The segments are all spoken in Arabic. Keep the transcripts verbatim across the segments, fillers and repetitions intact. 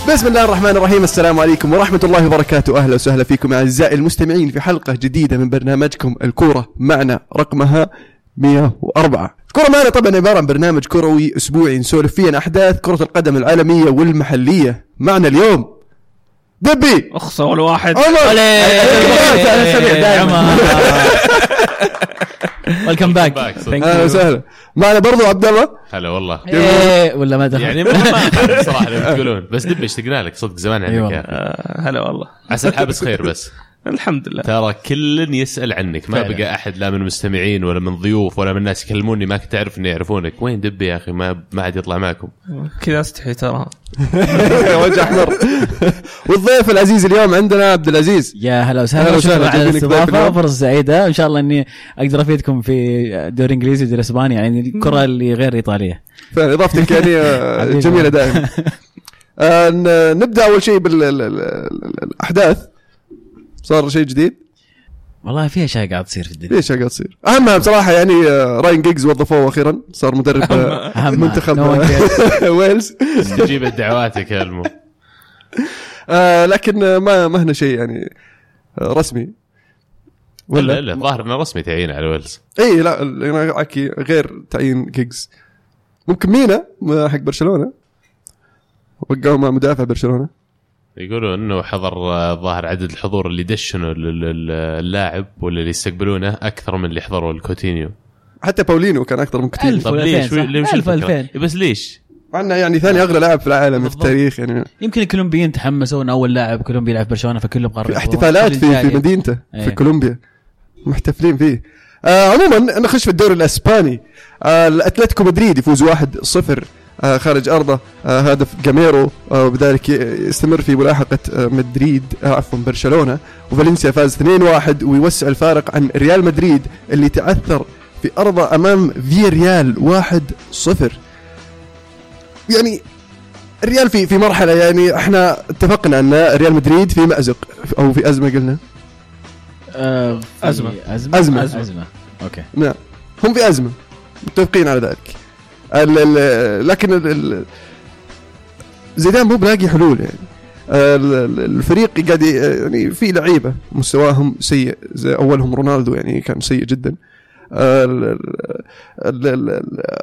بسم الله الرحمن الرحيم. السلام عليكم ورحمة الله وبركاته. أهلا وسهلا فيكم أعزائي المستمعين في حلقة جديدة من برنامجكم الكورة معنا رقمها مئة وأربعة. الكورة معنا طبعا عبارة عن برنامج كروي أسبوعي نسولف فيه عن أحداث كرة القدم العالمية والمحلية. معنا اليوم دبي أخصى ولا واحد ويلكم باك. اهلا وسهلا. معنا برضو عبد الله. هلا والله. ايه ولا ما دخل يعني ما صراحه اللي بتقولون بس دبي اشتقنا لك صدق زمان عنك يا اخي. هلا والله. عسى الحابس خير. بس الحمد لله. ترى كل يسأل عنك ما بقى أحد لا من المستمعين ولا من ضيوف ولا من الناس يكلموني ما كنت أعرف إني يعرفونك. وين دبي يا أخي؟ ما ما عاد يطلع معكم كذا استحي ترى. وجه أحمر. والضيف العزيز اليوم عندنا عبد العزيز. يا هلا وسهلا. شكرا على الاستضافة. فرصة سعيدة إن شاء الله إني أقدر أفيدكم في دوري إنجليزي ودوري إسباني يعني الكرة اللي غير إيطالية. فإضافتك يعني جميلة دائما. نبدأ أول شيء بالأحداث. صار شيء جديد والله. فيها شيء قاعد تصير في الدنيا. فيها شيء قاعد تصير. أهمها بصراحة يعني راين جيجز وظفوه أخيرا صار مدرب منتخب ويلز. استجيب الدعوات يا المو. آه لكن ما ما هنا شيء يعني رسمي ولا لا ظاهر إنه رسمي تعيين على ويلز. إيه لا أنا أحكي غير تعيين جيجز. ممكن مينا حق برشلونة وقعوا مع مدافع برشلونة. يقولوا انه حضر ظاهر عدد الحضور اللي دشنوا اللاعب ولا اللي يستقبلونه اكثر من اللي حضروا الكوتينيو. حتى باولينو كان اكثر من كوتينيو. طب ليش ليش الفكرة؟ بس ليش عندنا يعني ثاني اغلى لاعب في العالم بالضبط. في التاريخ يعني يمكن كولومبيين تحمسوا ان اول لاعب كولومبي يلعب برشلونة فكلهم قرروا احتفالات في في مدينته ايه. في كولومبيا محتفلين فيه. آه عموما نخش في الدوري الاسباني. آه الاتلتيكو مدريد يفوز واحد صفر آه خارج أرضه. آه هدف جاميرو آه وبذلك يستمر في ملاحقة آه مدريد آه عفوا برشلونة. وفالنسيا فاز اثنين واحد ويوسع الفارق عن ريال مدريد اللي تعثر في أرضه أمام في ريال واحد صفر. يعني الريال في في مرحلة يعني احنا اتفقنا أن ريال مدريد في مأزق أو في أزمة قلنا آه أزمة. أزمة أزمة أزمة, أزمة. أوكي نعم هم في أزمة متفقين على ذلك. ال ال لكن ال زيدان مو بلاقي حلول يعني. الفريق قاعد يعني في لعيبة مستواهم سيء زي أولهم رونالدو يعني كان سيء جدا. ال ال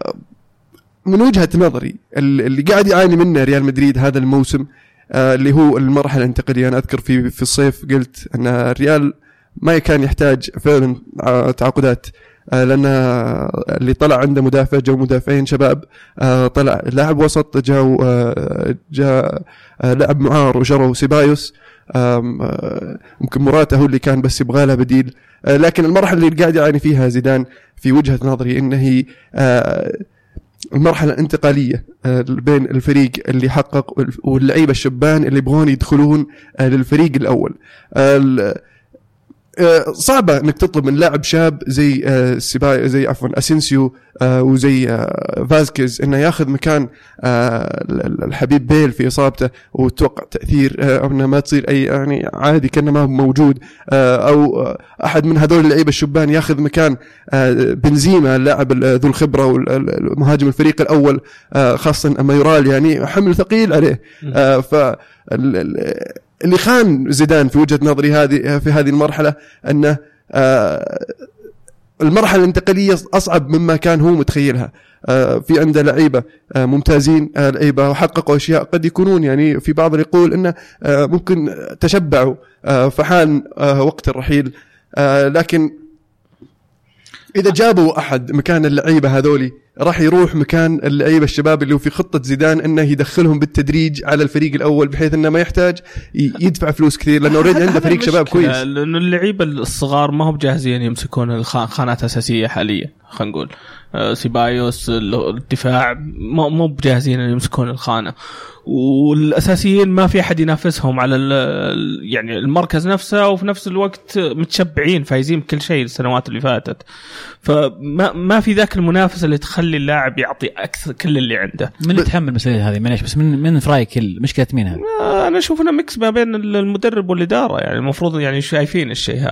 من وجهة نظري اللي قاعد يعاني منه ريال مدريد هذا الموسم اللي هو المرحلة الانتقالية. أنا أذكر في في الصيف قلت أن الريال ما كان يحتاج فعلا تعاقدات لأن اللي طلع عنده مدافع جو مدافعين شباب. طلع لاعب وسط جاء جاء لاعب معار وشروا سيبايوس. ممكن مراته هو اللي كان بس يبغى له بديل. لكن المرحلة اللي قاعد يعاني فيها زيدان في وجهة نظري إنه هي المرحلة الانتقالية بين الفريق اللي حقق واللعيبة الشبان اللي يبغون يدخلون للفريق الأول. صعبة انك تطلب من لاعب شاب زي سيباي زي عفوا اسينسيو وزي فازكيز انه ياخذ مكان الحبيب بيل في اصابته وتوقع تاثير او انه ما تصير اي يعني عادي كانه ما هو موجود. او احد من هذول اللعيبه الشبان ياخذ مكان بنزيما اللاعب ذو الخبره والمهاجم الفريق الاول خاصه اما يرال يعني حمل ثقيل عليه. ف اللي خان زيدان في وجهة نظري هذه في هذه المرحلة أنه المرحلة الانتقالية أصعب مما كان هو متخيلها. في عنده لعيبة ممتازين لعيبة وحققوا أشياء قد يكونون يعني في بعض يقول أنه ممكن تشبعوا فحان وقت الرحيل. لكن إذا جابوا أحد مكان اللعيبة هذولي راح يروح مكان اللعيبة الشباب اللي هو في خطة زيدان إنه يدخلهم بالتدريج على الفريق الأول بحيث إنه ما يحتاج يدفع فلوس كثير لأنه أوريدي عنده فريق شباب كويس. لأنه اللعيبة الصغار ما هو بجاهزين يمسكون الخانات أساسية حاليا. خلينا نقول سيبايوس الدفاع مو مو بجاهزين يمسكون الخانة والأساسيين ما في أحد ينافسهم على يعني المركز نفسه وفي نفس الوقت متشبعين فايزين بكل شيء السنوات اللي فاتت. فما ما في ذاك المنافسة اللي تخلي اللاعب يعطي أكثر كل اللي عنده. من يتحمل المسؤولية هذه مناش بس من من فرايك المشكلة مين هذا؟ أنا أشوف أنه ميكس ما بين المدرب والإدارة يعني المفروض يعني شايفين الشيء هذا.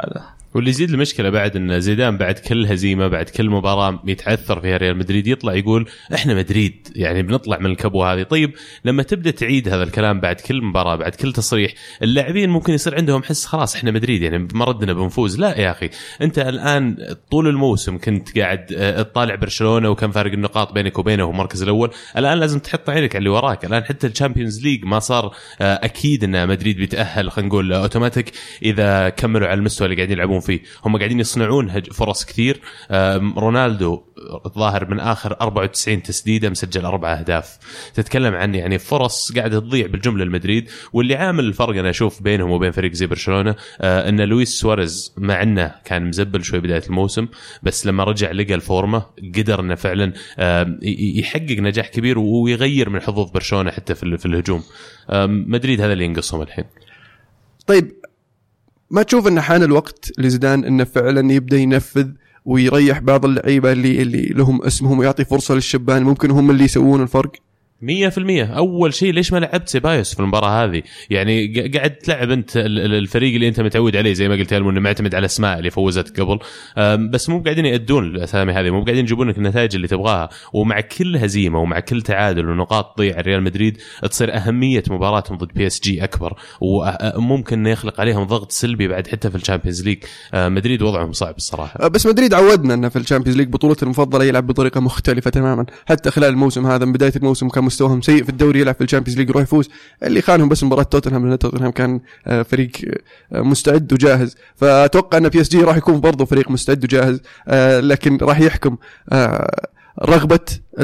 واللي يزيد المشكله بعد ان زيدان بعد كل هزيمه بعد كل مباراه يتعثر فيها ريال مدريد يطلع يقول احنا مدريد يعني بنطلع من الكبوه هذه. طيب لما تبدا تعيد هذا الكلام بعد كل مباراه بعد كل تصريح اللاعبين ممكن يصير عندهم حس خلاص احنا مدريد يعني مردنا بنفوز. لا يا اخي انت الان طول الموسم كنت قاعد تطالع برشلونه وكان فارق النقاط بينك وبينه هو المركز الاول. الان لازم تحط عينك على اللي وراك. الان حتى الشامبيونز ليج ما صار اكيد ان مدريد بيتاهل خلينا نقول اوتوماتيك اذا كملوا على المستوى اللي قاعدين يلعبون فيه. هم قاعدين يصنعون فرص كثير. رونالدو الظاهر من آخر أربعة وتسعين تسديدة مسجل أربعة أهداف. تتكلم عن يعني فرص قاعدة تضيع بالجملة المدريد. واللي عامل الفرق أنا أشوف بينهم وبين فريق زي برشلونة آه أن لويس سواريز مع أنه كان مزبل شوي بداية الموسم بس لما رجع لقى الفورمة قدر أنه فعلا آه يحقق نجاح كبير ويغير من حظوظ برشلونة حتى في, في الهجوم. آه مدريد هذا اللي ينقصهم الحين. طيب ما تشوف أن حان الوقت لزيدان أنه فعلا يبدأ ينفذ ويريح بعض اللعيبة اللي اللي لهم اسمهم ويعطي فرصة للشبان ممكن هم اللي يسوون الفرق؟ مية في المية. أول شيء ليش ما لعبت سيبايوس في المباراة هذه؟ يعني قاعد تلعب أنت الفريق اللي أنت متعود عليه زي ما قلت لهم إنه معتمد على أسماء اللي فوزت قبل بس مو قاعدين يأدون الأسامي هذه مو قاعدين يجيبون لك النتائج اللي تبغاها. ومع كل هزيمة ومع كل تعادل ونقاط تضيع ريال مدريد تصير أهمية مباراتهم ضد بي اس جي أكبر وممكن يخلق عليهم ضغط سلبي بعد حتى في الشامبيونز ليج. مدريد وضعهم صعب الصراحة. بس مدريد عودنا أنه في الشامبيونز ليج بطولة المفضلة يلعب بطريقة مختلفة تماما. حتى خلال الموسم هذا من بداية الموسم كان مستواهم سيء في الدوري يلعب في الشامبيونز ليج يروح يفوز. اللي خانهم بس مباراة توتنهام لأن توتنهام كان فريق مستعد وجاهز. فأتوقع أن بي اس جي راح يكون برضو فريق مستعد وجاهز لكن راح يحكم رغبة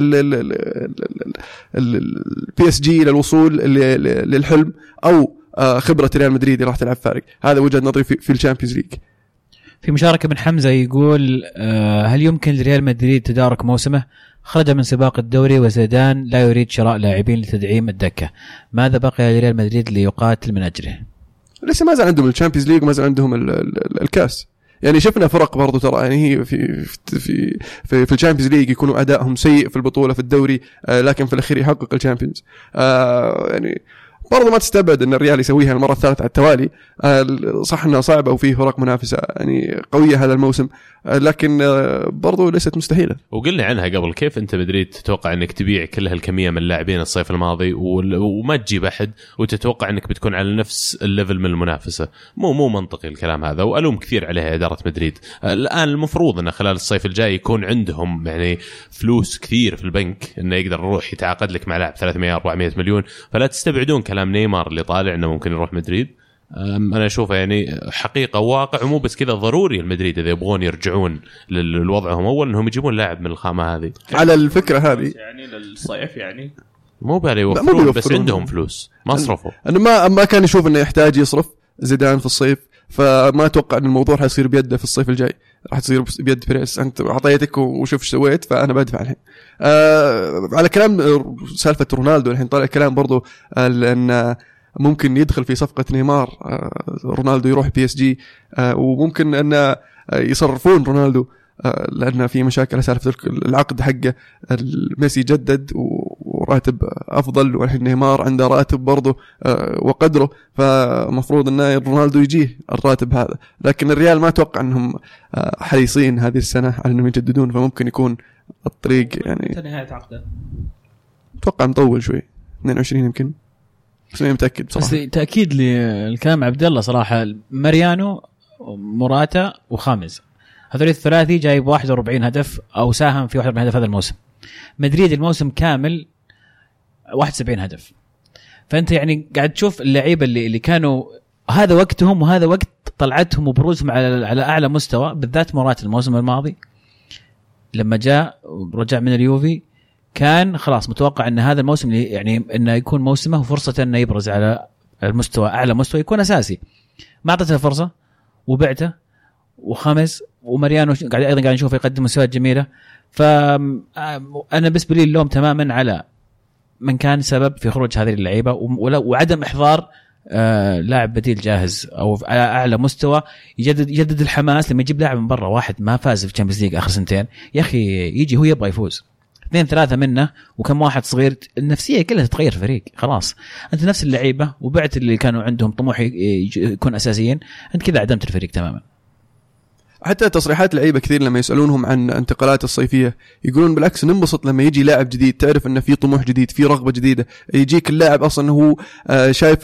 البي اس جي للوصول للحلم أو خبرة ريال مدريد راح تلعب فارق. هذا وجهة نظري في الشامبيونز ليج. في مشاركة من حمزة يقول هل يمكن لريال مدريد تدارك موسمه؟ خرج من سباق الدوري وزيدان لا يريد شراء لاعبين لتدعيم الدكة. ماذا بقي لريال مدريد ليقاتل من أجله؟ لسه ما زال عندهم الشامبيونز ليج وما زال عندهم ال ال الكاس. يعني شفنا فرق برضو ترى يعني هي في في في, في الشامبيونز ليج يكونوا أدائهم سيء في البطولة في الدوري لكن في الأخير يحقق الشامبيونز. يعني برضو ما تستبعد أن الريال يسويها المرة الثالثة على التوالي. صح أنها صعبة وفيه فرق منافسة يعني قوية هذا الموسم لكن برضو ليست مستحيلة. وقلنا عنها قبل كيف أنت مدريد تتوقع أنك تبيع كل هالكمية من اللاعبين الصيف الماضي وما تجيب أحد وتتوقع أنك بتكون على نفس الليفل من المنافسة؟ مو مو منطقي الكلام هذا وألوم كثير عليها إدارة مدريد. الآن المفروض أن خلال الصيف الجاي يكون عندهم يعني فلوس كثير في البنك أنه يقدر يروح يتعاقد لك مع لاعب ثلاثمية أربعمية مليون. فلا تستبعدون كلام نيمار اللي طالع أنه ممكن يروح مدريد. أنا أشوفه يعني حقيقة واقع ومو بس كذا ضروري المدريد إذا يبغون يرجعون للوضعهم أول أنهم يجيبون لاعب من الخامة هذه. على الفكرة هذه يعني للصيف يعني مو بالي يوفرون بس عندهم فلوس ما صرفوا. أنا ما ما كان يشوف إنه يحتاج يصرف زيدان في الصيف فما أتوقع أن الموضوع حيصير بيده في الصيف الجاي. راح تصير بيد بريس. أنت عطيتك وشوف ايش سويت فأنا بدفع الحين. آه على كلام سالفة رونالدو الحين طالع كلام برضو لأن ممكن يدخل في صفقة نيمار. آه رونالدو يروح بي اس جي آه وممكن أن يصرفون رونالدو آه لأن في مشاكل سالفة العقد حقه. ميسي جدد وراتب أفضل والحين نيمار عنده راتب برضو آه وقدره فمفروض أن رونالدو يجيه الراتب هذا. لكن الريال ما أتوقع أنهم آه حريصين هذه السنة على أنهم يجددون فممكن يكون الطريق يعني نهاية عقده أتوقع مطول شوي اثنين وعشرين يمكن بس ما متأكد صراحة. بس تأكيد للكلام عبد الله صراحة ماريانو موراتا وخامس هذول الثلاثي جايب واحد وأربعين هدف أو ساهم في واحد وأربعين هدف هذا الموسم. مدريد الموسم كامل واحد وسبعين هدف. فأنت يعني قاعد تشوف اللعيبة اللي اللي كانوا هذا وقتهم وهذا وقت طلعتهم وبروزهم على على أعلى مستوى بالذات موراتا الموسم الماضي لما جاء ورجع من اليوفي كان خلاص متوقع أن هذا الموسم يعني إنه يكون موسمه وفرصة إنه يبرز على المستوى أعلى مستوى يكون أساسي. ما أعطته فرصة وبعته. وخامس وماريانو قاعد أيضا قاعد نشوف يقدم مستويات جميلة. فأنا بالنسبة لي اللوم تماما على من كان سبب في خروج هذه اللعيبة وعدم إحضار آه لاعب بديل جاهز أو على أعلى مستوى يجدد يجدد الحماس. لما يجيب لاعب من برا واحد ما فاز في الشامبيونز ليج آخر سنتين يا أخي يجي هو يبغى يفوز اثنين ثلاثة منه وكم واحد صغير النفسية كلها تتغير في فريق. خلاص أنت نفس اللعيبة وبعت اللي كانوا عندهم طموح يكون أساسيين أنت كذا عدمت الفريق تماما. حتى تصريحات لعيبه كثير لما يسالونهم عن انتقالات الصيفيه يقولون بالعكس ننبسط لما يجي لاعب جديد، تعرف انه في طموح جديد، في رغبه جديده، يجيك اللاعب اصلا هو شايف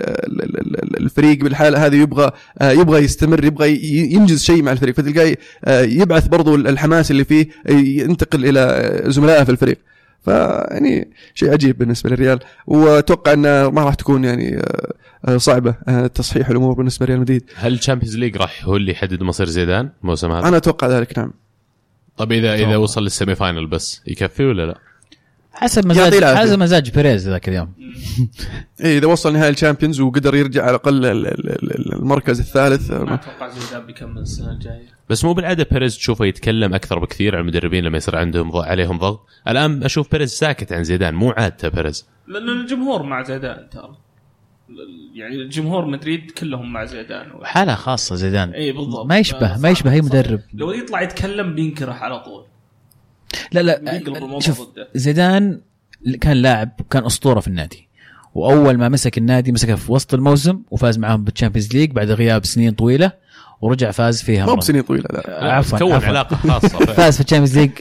الفريق بالحاله هذه يبغى يبغى يستمر، يبغى ينجز شيء مع الفريق، فتلقاه يبعث برضو الحماس اللي فيه ينتقل الى زملائه في الفريق. فيعني شيء عجيب بالنسبه للريال، واتوقع انه ما راح تكون يعني صعبه تصحيح الامور بالنسبه لريال مدريد. هل الشامبيونز ليج راح هو اللي يحدد مصير زيدان الموسم هذا؟ انا اتوقع ذلك نعم. طب اذا اذا وصل للسيمي فاينل بس يكفي ولا لا؟ حسب مزاج حسب مزاج بيريز ذاك اليوم. ايه اذا وصل نهائي الشامبيونز وقدر يرجع على الاقل المركز الثالث، ما اتوقع زيدان بيكمل السنه الجايه. بس مو بالعاده بيريز تشوفه يتكلم اكثر بكثير عن المدربين لما يصير عندهم ضغط عليهم ضغط. الان اشوف بيريز ساكت عن زيدان، مو عادته بيريز، لان الجمهور مع زيدان ترى، يعني الجمهور مدريد كلهم مع زيدان، حاله خاصه زيدان. اي بالضبط، ما يشبه ما يشبه اي مدرب. لو يطلع يتكلم بينكره على طول. لا لا شوف زيدان كان لاعب، كان اسطوره في النادي، واول ما مسك النادي مسكه في وسط الموسم وفاز معهم بالتشامبيونز ليج بعد غياب سنين طويله، ورجع فاز فيها مو بسنين طويله لا عفوا كون علاقه خاصه فاز في التشامبيونز ليج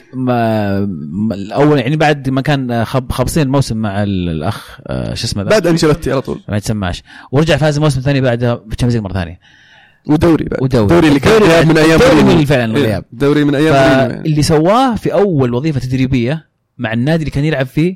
الاول، يعني بعد ما كان خب خبصين الموسم مع الاخ شو اسمه بعد انشيلوتي على طول ما يتسماش، ورجع فاز الموسم الثاني بعدها بالتشامبيونز ليج مره ثانيه، ودوري بعد ودوري دوري اللي كان غياب من ايام دوري من فعلا الغياب دوري من ايام يعني. اللي سواه في اول وظيفه تدريبيه مع النادي اللي كان يلعب فيه،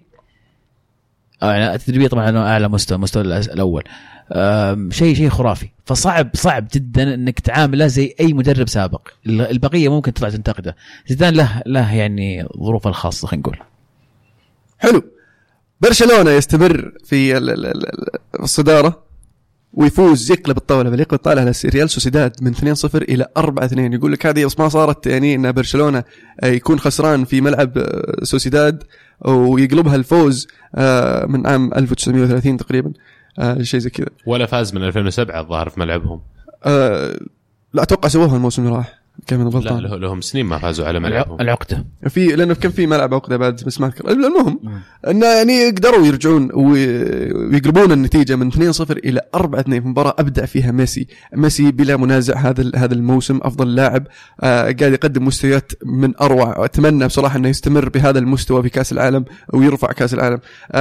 أو يعني التدريبيه طبعا اعلى مستوى مستوى الاول، شيء شيء خرافي. فصعب صعب جدا انك تعامله زي اي مدرب سابق، البقيه ممكن تطلع تنتقده، زيدان له له يعني ظروفه الخاصه خلينا نقول. حلو. برشلونه يستمر في الصداره ويفوز، يقلب الطاوله بل يقلب الطاوله على ريال سوسيداد من اثنين صفر الى أربعة اثنين. يقول لك هذه ما صارت يعني ان برشلونه يكون خسران في ملعب سوسيداد ويقلبها الفوز من عام ألف وتسعمائة وثلاثين تقريبا، شيء زي كذا، ولا فاز من ألفين وسبعة الظاهر في ملعبهم. أه لا اتوقع سووها الموسم اللي راح، كان من غلطان. لا لهم سنين ما فازوا على ملعبهم. العقده في لانه كان في ملعب عقده بعد بس ما اذكر. المهم انه يعني قدروا يرجعون ويقلبون النتيجه من اثنين صفر الى أربعة اثنين في مباراه ابدع فيها ميسي. ميسي بلا منازع هذا هذا الموسم افضل لاعب، آه قاعد يقدم مستويات من اروع، واتمنى بصراحه انه يستمر بهذا المستوى في كاس العالم ويرفع كاس العالم.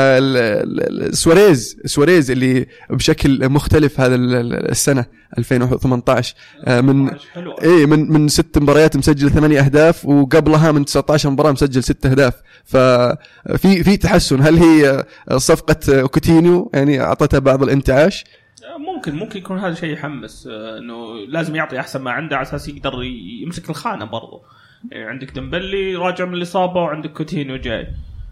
آه سواريز سواريز اللي بشكل مختلف هذا السنه ألفين وثمانية عشر، آه من ايه من من ست مباريات مسجل ثمانية أهداف، وقبلها من تسعة عشر مباراة مسجل ستة أهداف. ففي في تحسن. هل هي صفقة كوتينيو يعني أعطتها بعض الانتعاش؟ ممكن ممكن يكون هذا شيء يحمس، إنه لازم يعطي أحسن ما عنده على أساس يقدر يمسك الخانة برضو. يعني عندك ديمبلي راجع من الإصابة وعندك كوتينيو جاي،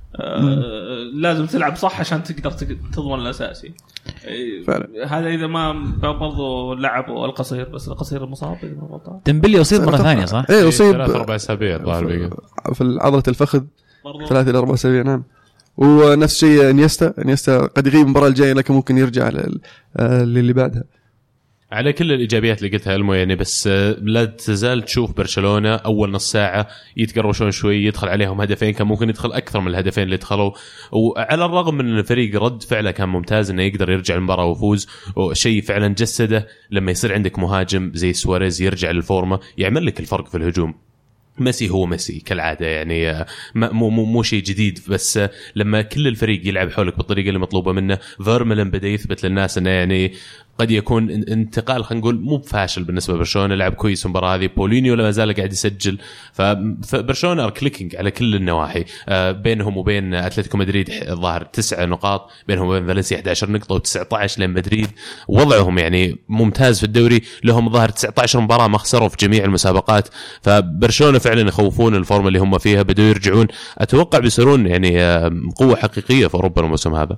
آه لازم تلعب صح عشان تقدر تضمن الأساسي. فعلا. هذا إذا ما برضو لعبوا القصير، بس القصير المصاب ديمبلي يصيب مرة ثانية صح؟ إيه يصيب ثلاث أربع أسابيع في, في عضلة الفخذ ثلاثة إلى أربع أسابيع نعم. ونفس الشيء انيستا انيستا قد يغيب المباراة الجاية لكن ممكن يرجع للي بعدها. على كل الإيجابيات اللي قلتها المو يعني، بس لا تزال تشوف برشلونة أول نص ساعة يتقربون شوي، يدخل عليهم هدفين، كان ممكن يدخل أكثر من الهدفين اللي دخلوا، وعلى الرغم من الفريق رد فعله كان ممتاز إنه يقدر يرجع المباراة ويفوز. وشيء فعلا جسده لما يصير عندك مهاجم زي سواريز يرجع للفورمة يعمل لك الفرق في الهجوم. ميسي هو ميسي كالعادة يعني، مو مو مو شيء جديد، بس لما كل الفريق يلعب حولك بالطريقة اللي مطلوبة منه، فيرميلن بدأ يثبت للناس إنه يعني قد يكون انتقال خلينا نقول مو فاشل بالنسبة لبرشلونة، لعب كويس المباراة هذه. بولينيو لما زال قاعد يسجل، فبرشلونة كليكينج على كل النواحي. بينهم وبين أتلتيكو مدريد الظاهر تسع نقاط، بينهم وبين فالنسيا إحدى عشرة نقطة وتسعة عشر لين مدريد. وضعهم يعني ممتاز في الدوري، لهم ظاهر تسعة عشر مباراة ما خسروا في جميع المسابقات. فبرشلونة فعلا يخوفون الفورمة اللي هم فيها، بدوا يرجعون، أتوقع بيصيرون يعني قوة حقيقية في أوروبا الموسم هذا.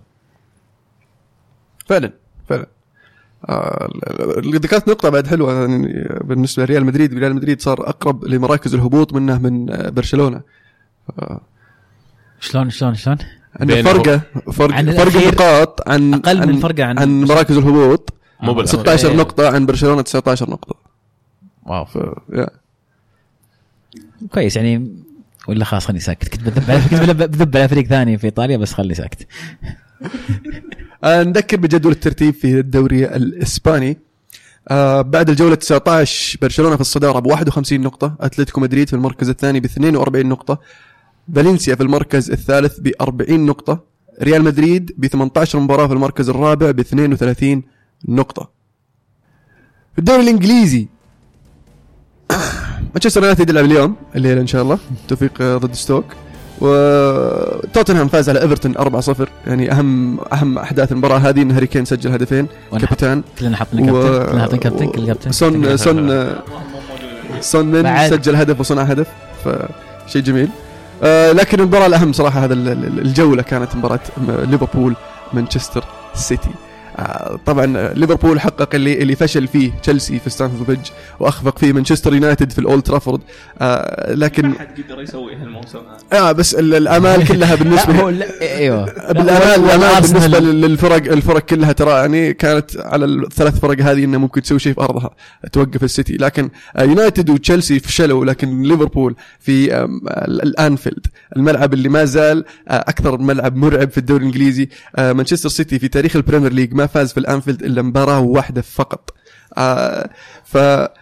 فعلا فعلا. اللي ذكرت نقطة بعد حلوة يعني بالنسبة لريال مدريد. ريال مدريد صار أقرب لمراكز الهبوط منه من برشلونة. شلون شلون شلون؟ عن فرقة فرق فرق نقاط عن أقل عن من فرقة عن, عن مراكز الهبوط، مو ستة عشر إيه. نقطة عن برشلونة تسعة عشر نقطة. واو ف... yeah. كويس يعني. ولا خلاص خلني ساكت، كنت بذب بذب على فريق ثاني في إيطاليا بس خلني ساكت. نذكر بجدول الترتيب في الدوري الإسباني. آه بعد الجولة تسعة عشر برشلونة في الصدارة بواحد وخمسين نقطة، أتلتيكو مدريد في المركز الثاني باثنين وأربعين نقطة، فالنسيا في المركز الثالث بأربعين نقطة، ريال مدريد بثمانية عشر مباراة في المركز الرابع باثنين وثلاثين نقطة. في الدوري الإنجليزي مانشستر يونايتد يلعب اليوم الليلة إن شاء الله توفيق ضد ستوك، وتوتنهام فاز على ايفرتون أربعة صفر. يعني اهم اهم احداث المباراه هذه ان هاري كين سجل هدفين كابتن، كلنا حطنا كابتن كلنا حاطين كابتن كل كابتن سون سون سون من سجل هدف وصنع هدف، فشيء جميل. آه لكن المباراه الاهم صراحه هذا الجوله كانت مباراه ليفربول مانشستر سيتي. آه طبعا ليفربول حقق اللي اللي فشل فيه تشيلسي في ستانفورد بريدج، واخفق فيه مانشستر يونايتد في الاولد ترافورد. آه لكن ما حد قدر يسوي هالموسم هذا. اه بس الامال كلها بالنسبه ايوه بالامال الامال بالنسبه للفرق الفرق كلها ترى يعني كانت على الثلاث فرق هذه انه ممكن تسوي شيء في ارضها توقف السيتي، لكن يونايتد وتشيلسي فشلوا. لكن ليفربول في الانفيلد الملعب اللي ما زال اكثر ملعب مرعب في الدوري الانجليزي. مانشستر سيتي في تاريخ البريمير ليج ما فاز في الانفيلد الا مباراه واحده فقط. آه ف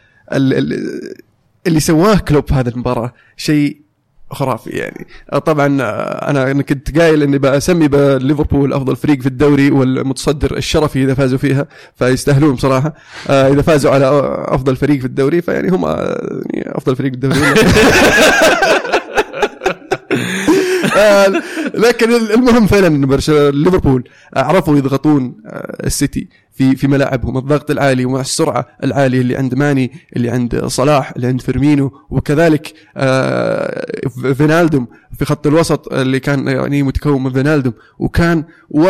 اللي سواه كلوب هذا المباراه شيء خرافي يعني. طبعا انا كنت قايل اني بسمي بليفربول افضل فريق في الدوري والمتصدر الشرفي اذا فازوا فيها، فيستاهلون بصراحه. آه اذا فازوا على افضل فريق في الدوري فيعني هم يعني افضل فريق في الدوري. آه لكن المهم فعلا ان ليفربول عرفوا يضغطون آه السيتي في في ملاعبهم، الضغط العالي ومع السرعه العاليه اللي عند ماني، اللي عند صلاح، اللي عند فيرمينو، وكذلك آه فينالدوم في خط الوسط اللي كان يعني متكون من فينالدوم وكان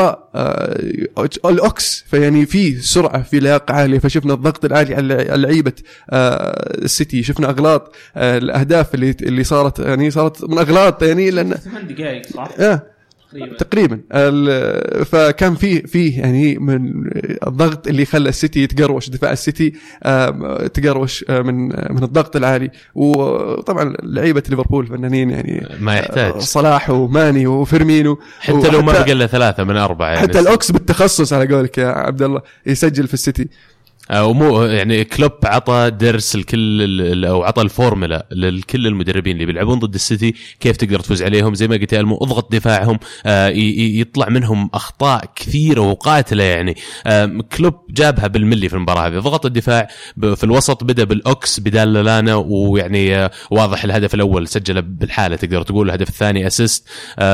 والاوكس. فيعني في سرعه في لياقه عاليه، فشفنا الضغط العالي على لعيبه آه السيتي، شفنا اغلاط آه الاهداف اللي اللي صارت يعني صارت من اغلاط يعني لان ثمان دقائق صح آه تقريبا. فكان في في يعني من الضغط اللي خلى السيتي يتقروش، دفاع السيتي تقروش من من الضغط العالي. وطبعا لعيبه ليفربول فنانين يعني ما يحتاج صلاح وماني وفيرمينو، حتى لو ما بقى الا ثلاثه من اربعه يعني، حتى الاوكس بالتخصص على قولك يا عبد الله يسجل في السيتي. ومو يعني كلوب عطى درس الكل او عطى الفورمولا لكل المدربين اللي بيلعبون ضد السيتي كيف تقدر تفوز عليهم. زي ما قلت المو اضغط دفاعهم، آه يطلع منهم اخطاء كثيره وقاتله يعني. آه كلوب جابها بالملي في المباراه هذه، ضغط الدفاع في الوسط، بدا بالاوكس بدال لانا، ويعني آه واضح الهدف الاول سجله بالحاله تقدر تقول، الهدف الثاني اسيست.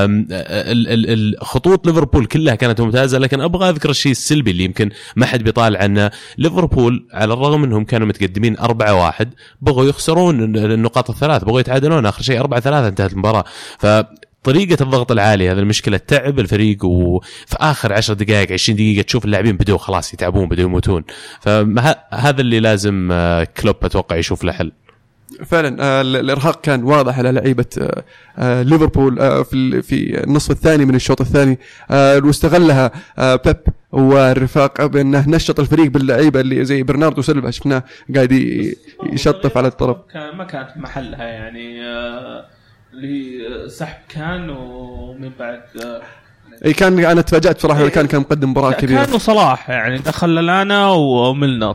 خطوط ليفربول كلها كانت ممتازه. لكن ابغى اذكر الشيء السلبي اللي يمكن ما حد بيطالع عنه. ليفربول على الرغم انهم كانوا متقدمين أربعة واحد بغوا يخسرون النقاط الثلاث، بغوا يتعادلون، اخر شيء أربعة ثلاثة انتهت المباراه. فطريقه الضغط العالي هذا المشكله تعب الفريق، وفي اخر عشر دقائق عشرين دقيقه تشوف اللاعبين بدوا خلاص يتعبون، بدوا يموتون. فهذا اللي لازم كلوب اتوقع يشوف له حل. فعلا الارهاق كان واضح على لعيبه ليفربول في في النصف الثاني من الشوط الثاني، واستغلها بيب والرفاق بانه نشط الفريق باللعيبه اللي زي برناردو سيلفا، شفناه قاعد يشطف على الطرف. كان ما كانت محلها يعني اللي سحب كان، ومن بعد اي كان انا تفاجأت صراحه، كان كان مقدم مباراه كبيره. كان صلاح يعني دخل لانا وميلنر،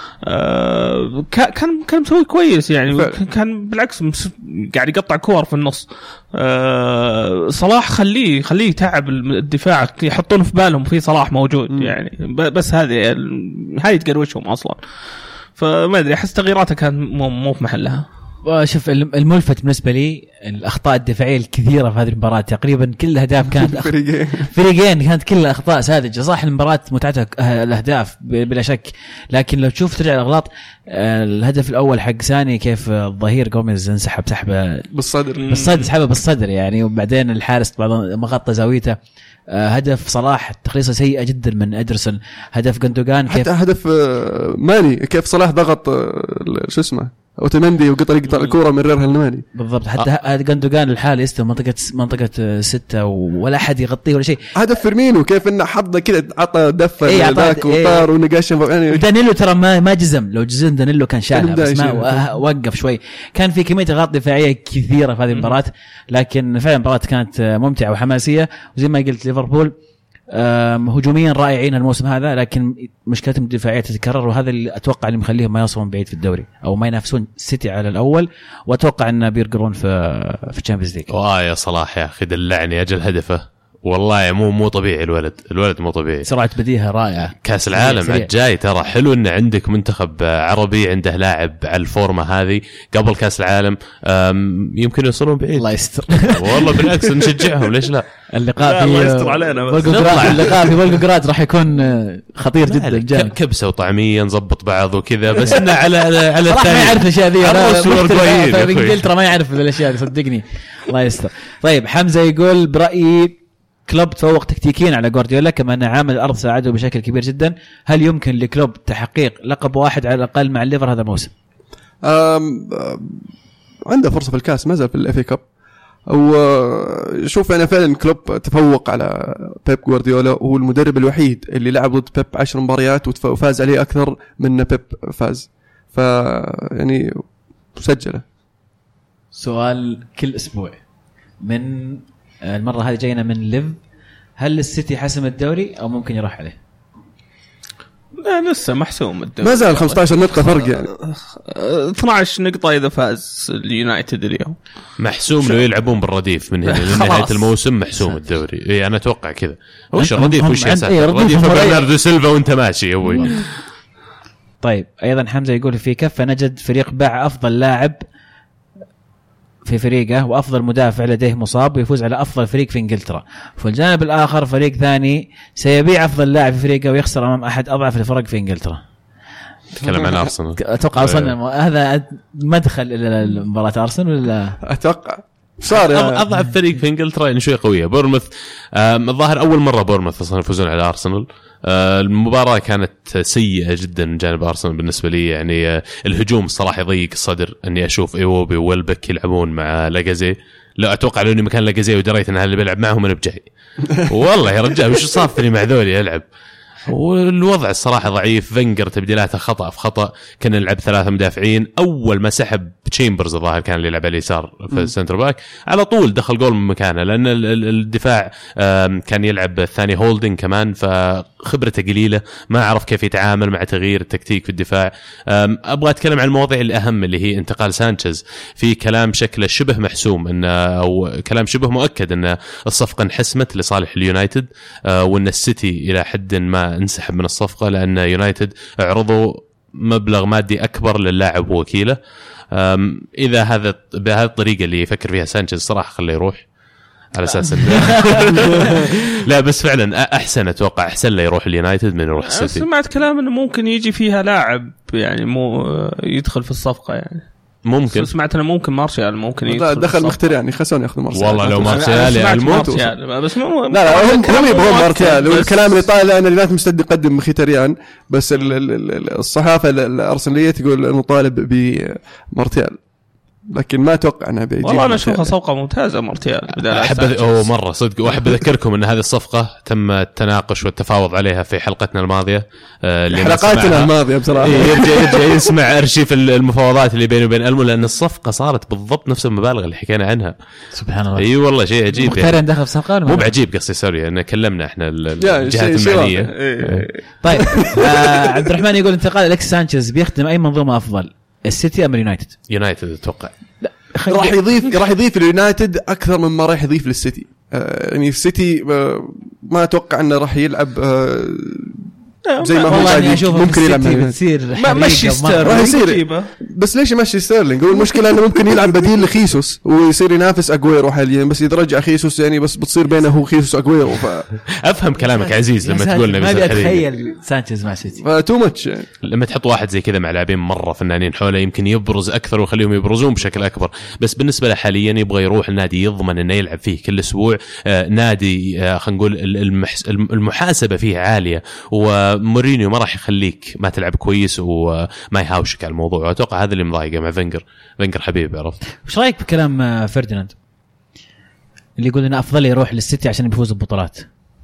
آه كان كان مسوي كويس يعني، كان بالعكس قاعد يقطع كور في النص. آه صلاح خليه خليه يتعب الدفاع، يحطون في بالهم في صلاح موجود م. يعني بس هذه هاي تقروشهم اصلا. فما ادري، احس تغييراته كان مو مو في محلها. شوف الملفت بالنسبه لي الاخطاء الدفاعيه الكثيره في هذه المباراه، تقريبا كل الاهداف كانت أخ... فريقين كانت كلها اخطاء ساذجه. صح المباراه متعتها الاهداف بلا شك، لكن لو تشوف ترجع الاغلاط. الهدف الاول حق ساني كيف الظهير جوميز انسحب سحبه بالصدر بالصدر سحبه بالصدر يعني، وبعدين الحارس بعض ما غطى زاويته. هدف صلاح تخليصه سيئة جدا من أدرسون. هدف جندوغان كيف، حتى هدف ماني كيف صلاح ضغط شو اسمه اوتمندي وقطر يقطع الكوره مررها لماني بالضبط. حتى آه. جندوغان الحالي يستوى منطقه منطقه ستة ولا احد يغطيه ولا شيء. هدف فيرمينو كيف انه حظه كذا عطى دفه إيه ذاك وطار إيه. ونقاش يعني. دانيلو ترى ما ما جزم، لو جزم دانيلو كان شالها بس ما وقف شوي. كان في كميه اغلاط دفاعيه كثيره في هذه المباراه، لكن فعلا المباراه كانت ممتعه وحماسيه. وزي ما قلت ليفربول هجوميا رائعين الموسم هذا، لكن مشكلتهم الدفاعيه تتكرر، وهذا اللي اتوقع اللي مخليهم ما يوصلون بعيد في الدوري او ما ينافسون سيتي على الاول، واتوقع ان بيرقرون في في الشامبيونز ليج. واه يا صلاح يا اخي دلعني اجل هدفه والله مو مو طبيعي الولد الولد مو طبيعي، سرعه بديهه رائعه. كاس العالم الجاي ترى حلو ان عندك منتخب عربي عنده لاعب على الفورمه هذه قبل كاس العالم، يمكن يوصلون بعيد. الله يستر والله بالعكس نشجعهم ليش لا. اللقاء في الله يستر علينا بس. اللقاء في بولغراد راح يكون خطير جدا جامد، كبسه وطعميه نظبط بعض وكذا، بس انه على على الثاني ما يعرف الاشياء ذي. انا في انجلترا ما يعرف الاشياء دي صدقني. الله يستر. طيب حمزه يقول برايي كلوب تفوق تكتيكيا على جوارديولا، كما ان عامل الارض ساعده بشكل كبير جدا. هل يمكن لكلوب تحقيق لقب واحد على الاقل مع الليفر هذا الموسم؟ عنده فرصه في الكاس، ما زال في الاف اي كاب. وشوف انا فعلا كلوب تفوق على بيب جوارديولا، وهو المدرب الوحيد اللي لعب ضد بيب عشر مباريات وفاز عليه اكثر من بيب فاز، ف يعني مسجله. سؤال كل اسبوع من المرة هذه جاينا من ليف، هل السيتي حسم الدوري أو ممكن يروح عليه؟ لا لسه محسوم الدوري، ما زال خمسة عشر نقطة فرق يعني اثنا عشر نقطة إذا فاز اليونايتد اليوم محسوم. لو يلعبون بالرديف من هنا لنهاية الموسم محسوم الدوري. إيه أنا أتوقع كذا. وش الرديف وش يا ساتر؟ الرديف برناردو سيلفا وأنت ماشي يا أبوي. طيب أيضا حمزة يقول في كفة نجد فريق باع أفضل لاعب في فريقه وأفضل مدافع لديه مصاب ويفوز على أفضل فريق في إنجلترا، في الجانب الآخر فريق ثاني سيبيع أفضل لاعب في فريقه ويخسر أمام أحد أضعف الفرق في إنجلترا. تكلم عن أرسنال. أتوقع وصلنا هذا مدخل إلى مباراة أرسنال ولا؟ أتوقع صار أضعف فريق في إنجلترا يعني شوية قوية. بورموث الظاهر أول مرة بورموث أصلا يفوزون على أرسنال. المباراة كانت سيئة جدا من جانب أرسنال بالنسبة لي، يعني الهجوم الصراحة يضيق الصدر أني أشوف إيوبي وويلبك يلعبون مع لاجازي. لا أتوقع لو أني مكان لاجازي ودريت أن هذا اللي بيلعب معهم أنا بجاي والله يا رجال وش صافني مع ذولي يلعب. والوضع الصراحة ضعيف. فينجر تبديلاته خطأ في خطأ، كنا نلعب ثلاثة مدافعين. أول ما سحب تشامبرز الظاهر كان اللي يلعب على اليسار في السنتر باك على طول دخل جول من مكانه، لأن الدفاع كان يلعب الثاني هولدنج كمان، فخبرته قليلة ما عرف كيف يتعامل مع تغيير التكتيك في الدفاع. أبغى أتكلم عن المواضيع الأهم اللي هي انتقال سانشيز. في كلام شكله شبه محسوم إن أو كلام شبه مؤكد إن الصفقة انحسمت لصالح اليونايتد، وإن السيتي إلى حد ما انسحب من الصفقة لأن يونايتد عرضوا مبلغ مادي أكبر للاعب ووكيله. إذا هذا بهذه الطريقة اللي يفكر فيها سانشيز صراحة خليه يروح على أساس لا بس فعلا أحسن أتوقع أحسن له يروح اليونايتد من يروح السيتي. سمعت كلام إنه ممكن يجي فيها لاعب يعني مو يدخل في الصفقة يعني ممكن. سمعت أنا ممكن مارشال ممكن يدخل دخل مخترعين يخسون ياخذوا مارشال. والله لو مارشال يا الموت بس مو لا لا هم هم يبغون مارشال. والكلام اللي طالع أن اليونايتد مستعد يقدم مخترعين، بس الصحافة الأرسنالية تقول المطالب بمارشال، لكن ما اتوقع انها بيجي. والله انا اشوفها صفقه ممتازه مارتيال. احب او مره صدق. واحب اذكركم ان هذه الصفقه تم التناقش والتفاوض عليها في حلقتنا الماضيه اللي حلقاتنا الماضيه بصراحه. يرجع يرجع يسمع ارشيف المفاوضات اللي بينه وبين المو، لان الصفقه صارت بالضبط نفس المبالغ اللي حكينا عنها. سبحان الله. اي أيوة والله شيء عجيب. مختار يعني. دخل صفقه مو بعجيب قصدي سوري ان كلمنا احنا الجهات المعنيه. طيب آه عبد الرحمن يقول انتقال أليكس سانشيز بيخدم اي منظومه افضل، السيتي ام اليونايتد؟ يونايتد اتوقع. راح يضيف راح يضيف اليونايتد اكثر مما راح يضيف للسيتي. آه يعني السيتي آه ما اتوقع انه راح يلعب آه زي ما هو قاعد ممكن يلعب بتصير ما مشي ستيرلينج راح يصير. بس ليش يمشي ستيرلينج؟ هو المشكله انه ممكن يلعب بديل لخيسوس ويصير ينافس اغويرو حاليا، بس يترجع خيسوس يعني بس بتصير بينه هو خيسوس اغويرو. ف... افهم كلامك عزيز لما تقول لنا ما اتخيل سانشيز مع سيتي تو ماتش يعني. لما تحط واحد زي كذا مع لاعبين مره فنانين حوله يمكن يبرز اكثر ويخليهم يبرزون بشكل اكبر. بس بالنسبه له حاليا يبغى يروح النادي يضمن انه يلعب فيه كل اسبوع. آه نادي آه خلينا نقول المحس... المحاسبه فيه عاليه، ومورينيو ما راح يخليك ما تلعب كويس وما يهاوشك على الموضوع. واتوقع هذا اللي مضايقه مع فينجر. فينجر حبيبي عرفت. وش رايك بكلام فرديناند اللي يقول انه افضل يروح للسيتي عشان يفوز ببطولات؟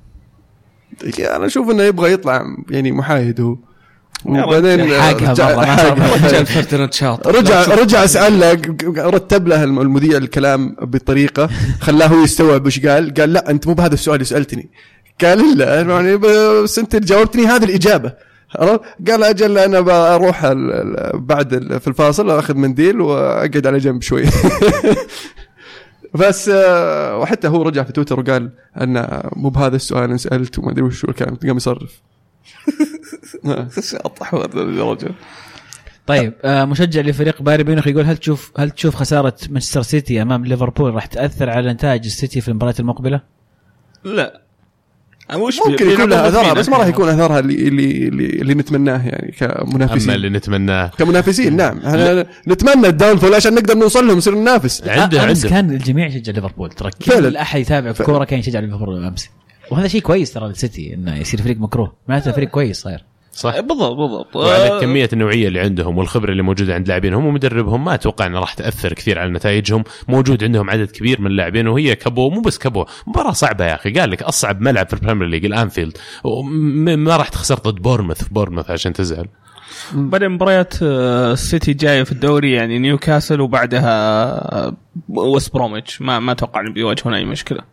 انا اشوف انه يبغى يطلع يعني محايد هو، وبعدين رجع رجع سأل له رتب له المذيع الكلام بطريقه خلاه هو يستوعب وش قال. قال لا انت مو بهذا السؤال اللي سالتني، قال لا يعني بس انت جاوبتني هذه الاجابه. قال اجل انا بروح بعد في الفاصل اخذ منديل واقعد على جنب شوي. بس وحتى هو رجع في تويتر وقال ان مو بهذا السؤال انا سالت وما ادري وش الكلام، قام يصرف. اطح هذا الرجل. طيب آه مشجع لفريق بايرن ميونخ يقول هل تشوف هل تشوف خساره مانشستر سيتي امام ليفربول راح تاثر على نتائج السيتي في المباريات المقبله؟ لا ممكن يكون لها اثرها بس ما راح يكون اثرها اللي اللي اللي, اللي نتمناه يعني كمنافسين. اما اللي نتمناه كمنافسين نعم احنا نتمنى الداونفول عشان نقدر نوصل لهم نصير ننافس. عنده عنده كان الجميع يشجع ليفربول ترى كل احد يتابع كوره كان يشجع ليفربول امس، وهذا شيء كويس ترى للسيتي انه يصير فريق مكروه معناته فريق كويس صاير. صح بالضبط بالضبط. وعلى كمية النوعية اللي عندهم والخبرة اللي موجودة عند لاعبينهم ومدربهم ما أتوقع أنه راح تأثر كثير على نتائجهم. موجود عندهم عدد كبير من اللاعبين وهي كبو مو بس كبو مباراة صعبة يا أخي. قال لك أصعب ملعب في البريمير ليج الأنفيلد ما راح تخسر ضد بورنموث بورنموث عشان تزعل. بعد مباريات السيتي جاية في الدوري يعني نيوكاسل وبعدها ويست بروميتش ما ما أتوقع أن بيواجهون أي مشكلة.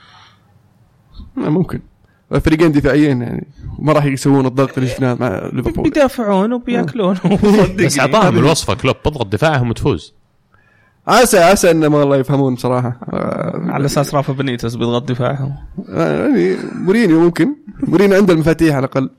ممكن فريقين دفاعيين يعني ما راح يسوون الضغط اللي شفناه مع ليفربول. بيدافعون وبياكلون. بس عطاهم الوصفة كلوب بضغط دفاعهم وتفوز. عسى عسى إن ما الله يفهمون بصراحة على أساس رافا بنيتس بيضغط دفاعهم. يعني مورينيو ممكن مورينيو عنده المفاتيح على الأقل.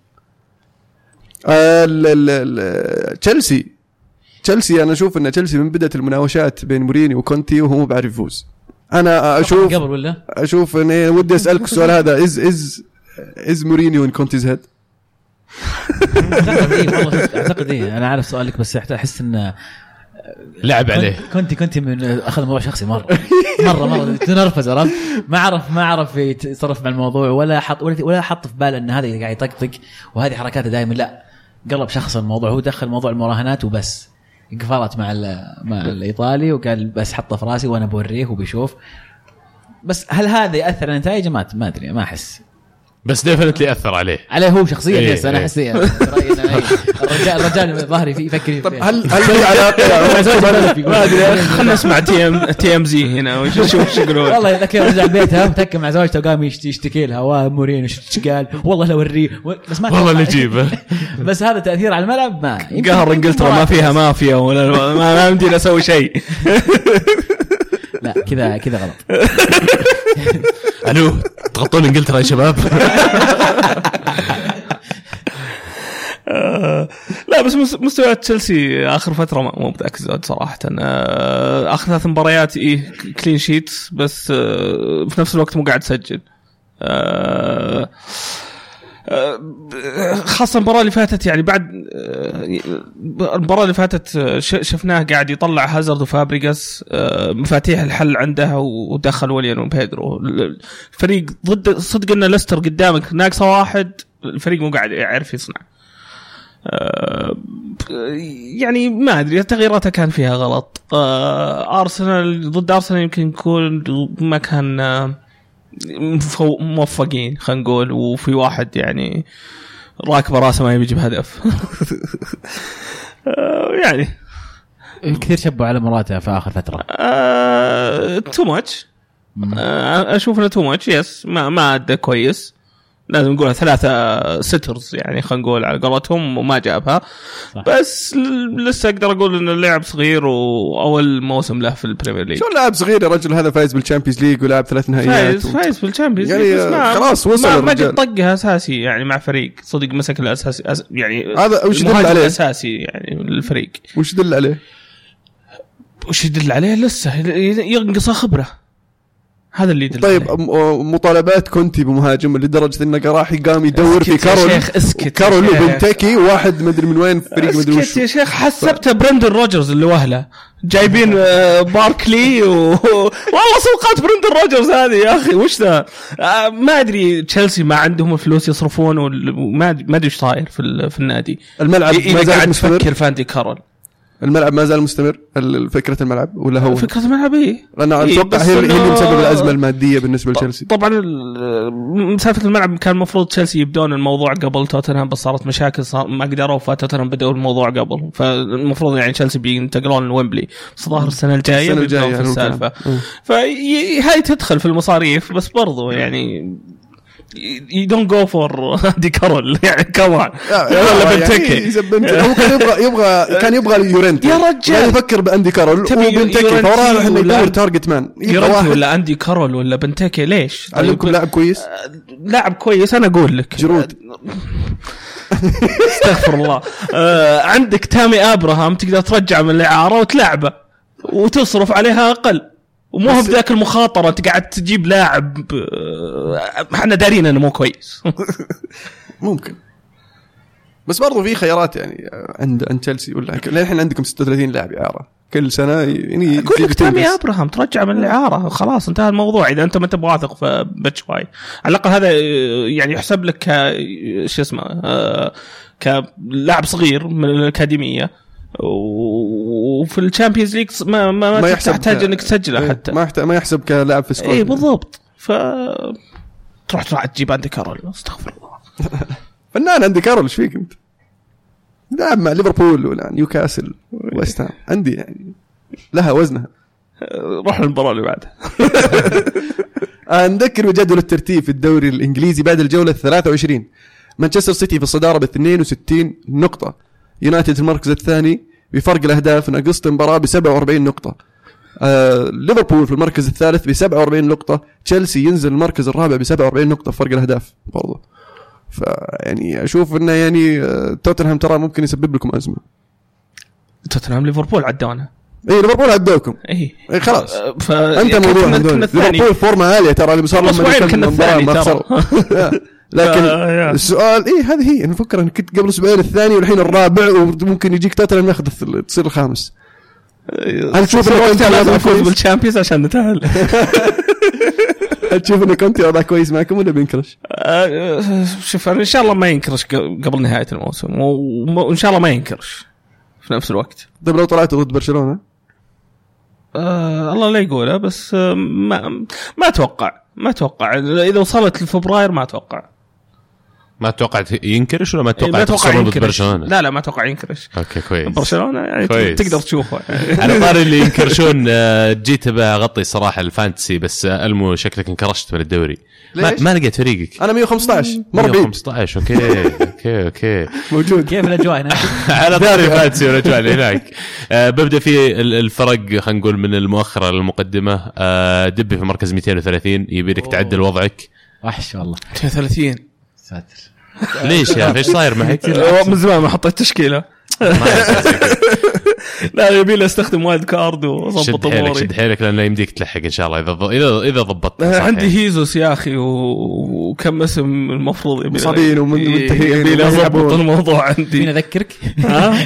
تشيلسي تشيلسي أنا أشوف إن تشيلسي من بدأت المناوشات بين مورينيو وكونتي وهو مو بعرف يفوز. أنا أشوف قبل ولا أشوف إني ودي أسألك السؤال هذا إز إز إز مورينيو إن كونتيز هيد. أعتقد إيه والله أعتقد إيه أنا عارف سؤالك بس أحس إنه لعب عليه. كنت كنت من أخذ موضوع شخصي مرة مرة مرة تنرفز عرفت ما عرف ما عرف يتصرف مع الموضوع ولا حط ولا حط في باله إن هذا قاعد يطقطق وهذه حركاته دائما لا قلب شخص الموضوع. هو دخل موضوع المراهنات وبس قفلت مع مع الإيطالي وقال بس حطه في راسي وأنا بوريه وبيشوف. بس هل هذا يأثر على نتائجه ما ما أدري ما أحس بس ديفنتلي أثر عليه عليه هو شخصيا. إيه يس أنا أحس إيه الرجال الرجال ظهري في يفكر طب هل هل في علاقة ما أدري خلنا نسمع تي ام تي ام زي هنا ونشوف ايش يقولون. والله ذاك رجع بيتها وتكى مع زوجته وقام يشتكي لها ومورينو ايش قال والله لو اوريه بس ما والله نجيبه. بس هذا تأثير على الملعب ما قهر انجلترا ما فيها مافيا ولا ما ما يمدينا اسوي شيء. لا كذا كذا غلط. الو تغطون انجلترا يا شباب. لا بس مستوى تشيلسي اخر فتره مو متاكد صراحه. اخر ثلاث مباريات ايه كلين شيت بس في نفس الوقت مو قاعد تسجل. خاصة المباراة اللي فاتت يعني بعد المباراة اللي فاتت شفناه قاعد يطلع هازارد وفابريغاس مفاتيح الحل عنده ودخل وليان وبيدرو. الفريق ضد صدق ان ليستر قدامك ناقصة واحد الفريق مو قاعد يعرف يصنع. يعني ما أدري تغييراته كان فيها غلط. أرسنال ضد أرسنال يمكن يكون ما كان موفقين خلينا نقول وفي واحد يعني راكب راسه ما يجيب هدف. يعني كثير شبوا على مراته في آخر فترة. تو ماتش أشوف إنه تو ماتش يس ما ما أدى كويس. لازم نقولها ثلاثة سترز يعني خلينا نقول على قولتهم وما جابها. صح. بس لسه أقدر أقول إن اللاعب صغير وأول موسم له في البريمير ليج. شو لاعب صغير يا رجل هذا فايز بالشامبيونز ليج ولعب ثلاث نهائيات فايز و... فايز بالشامبيونز يعني ليج خلاص وصل ما, ما جد طقها أساسي يعني مع فريق صدق مسك الأساسي أس... يعني هذا وش يدل عليه أساسي يعني الفريق وش يدل عليه وش يدل عليه لسه ينقص خبرة. هذا اللي يدل. طيب مطالبات كونتي بمهاجم لدرجة انه راح يقام يدور في كارول كارول وبنتكي واحد مدري من وين فريق مدري وش يا شيخ حسبته برندن روجرز اللي وهله جايبين باركلي و... والله سوقات برندن روجرز هذه يا اخي وش ذا. ما ادري تشيلسي ما عندهم فلوس يصرفون وما ما ادري ايش صاير في في النادي. الملعب ما زال مستمر تفكر فاندي كارول الملعب ما زال مستمر فكرة الملعب ولا هو فكرة الملعب ايه انا اتوقع هي اللي مسبب الازمه الماديه بالنسبه لتشيلسي. طبعا مسافه الملعب كان المفروض تشيلسي يبدون الموضوع قبل توتنهام بس صارت مشاكل صار ما قدروا فتوتنهام بدأوا الموضوع قبل فالمفروض يعني تشيلسي بينتقلون لويمبلي بس ظاهر السنه الجايه بيبدون في السالفه فهي تدخل في المصاريف بس برضو يعني you don't go for أندي كارول يعني كمان ولا بنتكي هو كان يبغى يبغى كان يبغى يورنتي يا رجال يعني يفكر بأندي كارول وبنتكي فورا احنا ندور تارجت مان يورنتي ولا أندي كارول ولا بنتكي ليش علمكم لاعب كويس لاعب كويس أنا أقول لك جرود استغفر الله. آه عندك تامي أبراهام تقدر ترجع من الإعارة وتلعبه وتصرف عليها أقل ومو هو بذاك المخاطرة أنت قاعد تجيب لاعب احنا دارين أنه مو كويس. ممكن بس برضو في خيارات يعني عند عند تشيلسي ولا الحين عندكم ستة وثلاثين لاعب إعارة كل سنة يعني أقول لك تامي أبراهام ترجع من الإعارة خلاص انتهى الموضوع إذا أنت ما أنت واثق في باتشواي على الأقل هذا يعني يحسب لك شو اسمه كلاعب صغير من الأكاديمية وفي الشامبيونز ليج ما ما, ما تحتاج انك تسجله حتى ما يحتاج ما يحسب كلاعب في سكواد. اي بالضبط ف تروح تروح تجيب عندي كارول استغفر الله. فنان عندي كارول ايش فيك انت لاعب مع ليفربول ولا نيوكاسل ويست هام عندي يعني لها وزنها. روح للمباراه اللي بعدها. نذكر بجدول الترتيب في الدوري الانجليزي بعد الجوله الثلاثة وعشرين. مانشستر سيتي في الصداره ب اثنين وستين نقطه. يونايتد في المركز الثاني بفرق الأهداف ناقصت مباراة بسبعة وأربعين نقطة. آه، ليفربول في المركز الثالث بسبعة وأربعين نقطة. تشيلسي ينزل المركز الرابع بسبعة وأربعين نقطة فرق الأهداف برضو. فيعني أشوف إنه يعني آه، توتنهام ترى ممكن يسبب لكم أزمة. توتنهام ليفربول عدونا. إيه ليفربول عدوكم. إيه. إيه خلاص. ف... أنت موضوع ليفربول فورمة عالية ترى اللي صار لهم لكن السؤال إيه هذه هي نفكر إن كنت قبل أسبوعين الثاني والحين الرابع وممكن يجيك توتنهام ياخذ تصير الخامس. هل تشوف إنه كنت لازم أفوز بالشامبيونز عشان نتأهل؟ هل تشوف إنه كنت وضع كويس معكم ولا بينكرش؟ شوف إن شاء الله ما ينكرش قبل نهاية الموسم وإن شاء الله ما ينكرش في نفس الوقت. طيب لو طلعت ضد برشلونة؟ آه الله لا يقوله بس ما ما أتوقع ما أتوقع إذا وصلت لفبراير ما أتوقع. ما توقعت ينكرش ولا ما توقعت تخسرون ضد برشلونة؟ لا لا ما توقع ينكرش. اوكي كويس. برشلونة يعني كويس. تقدر تشوفه. على طاري اللي ينكرشون جيت بغطي صراحة الفانتسي بس المو شكلك انكرشت من الدوري. ما, ما لقيت فريقك. انا مية وخمسة عشر مره مية وخمسة عشر اوكي اوكي اوكي موجود. كيف الاجواء هناك؟ على طاري الفانتسي والاجواء اللي هناك. أه ببدا في الفرق خلينا نقول من المؤخره للمقدمه. أه دبي في مركز مئتين وثلاثين يبي لك تعدل وضعك. وحش والله. مئتين وثلاثين ساتر. ليش يا اخي ايش صاير معك؟ من زمان ما حطيت تشكيله. لا يبي له استخدم وايد كارد وضبط اموري. شد حيلك لانه يمديك تلحق ان شاء الله اذا اذا اذا ضبطت. عندي هيزوس يا اخي وكم اسم المفروض يبي مصابين ومنتهيين. يبي له ضبط الموضوع عندي. فينا اذكرك ها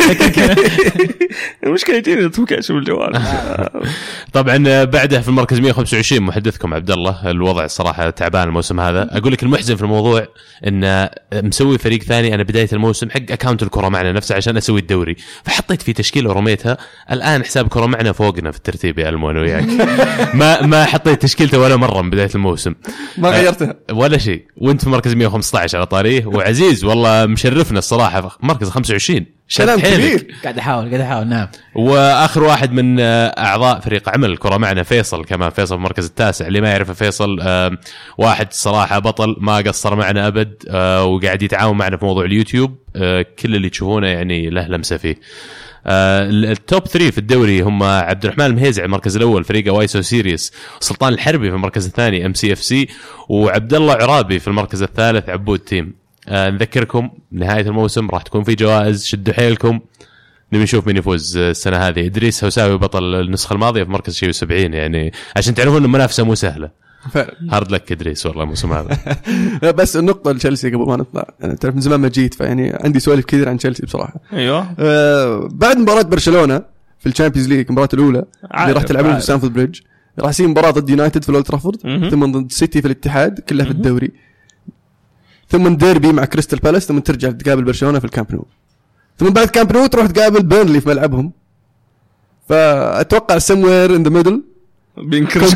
المشكله يجيني تفكاش بالجوال. طبعا بعده في المركز مئة وخمسة وعشرين محدثكم عبد الله. الوضع الصراحه تعبان الموسم هذا. اقول لك المحزن في الموضوع ان مسوي فريق ثاني انا بدايه الموسم حق اكاونت الكره معنا نفسه عشان اسوي الدوري فحطيت في تشكيله ورميتها. الان حساب كره معنا فوقنا في الترتيب يا المون وياك. ما ما حطيت تشكيلته ولا مره من بدايه الموسم. ما غيرتها ولا شيء. وانت في مركز مئة وخمسة عشر على طاريه. وعزيز والله مشرفنا الصراحه في مركز خمسة وعشرين. كلام كبير. قاعد احاول قاعد احاول نعم. واخر واحد من اعضاء فريق عمل الكره معنا فيصل كمان. فيصل في المركز التاسع. اللي ما يعرف فيصل واحد الصراحه بطل ما قصر معنا ابد وقاعد يتعاون معنا في موضوع اليوتيوب. كل اللي تشوفونه يعني له لمسه فيه. التوب ثلاثة في الدوري هم عبد الرحمن المهيزع المركز الاول فريقه وايسو سيريس. سلطان الحربي في المركز الثاني ام سي اف سي. وعبد الله عرابي في المركز الثالث عبود تيم. آه نذكركم نهاية الموسم راح تكون في جوائز. شدوا حيلكم نبي نشوف مين يفوز السنة هذه. إدريس هوساوي بطل النسخة الماضية في مركز شيء وسبعين يعني عشان تعرفون إن المنافسة مو سهلة. هارد لك إدريس والله الموسم هذا. بس النقطة لتشيلسي قبل ما نطلع أنا تعرف من زمان ما جيت فيعني عندي سؤال كثير عن تشيلسي بصراحة. أيوة. آه بعد مباراة برشلونة في الشامبيونز ليج المباراة الأولى اللي راح تلعبون في ستانفورد بريدج راح يصير مباراة ضد يونايتد في الأولد ترافورد ثم ضد سيتي في الاتحاد كلها في الدوري ثم ديربي مع كريستال بالاس ثم ترجع تقابل برشلونة في الكامب نو ثم بعد كامب نو تروح تقابل بيرنلي في ملعبهم. فأتوقع somewhere in the middle بينكرش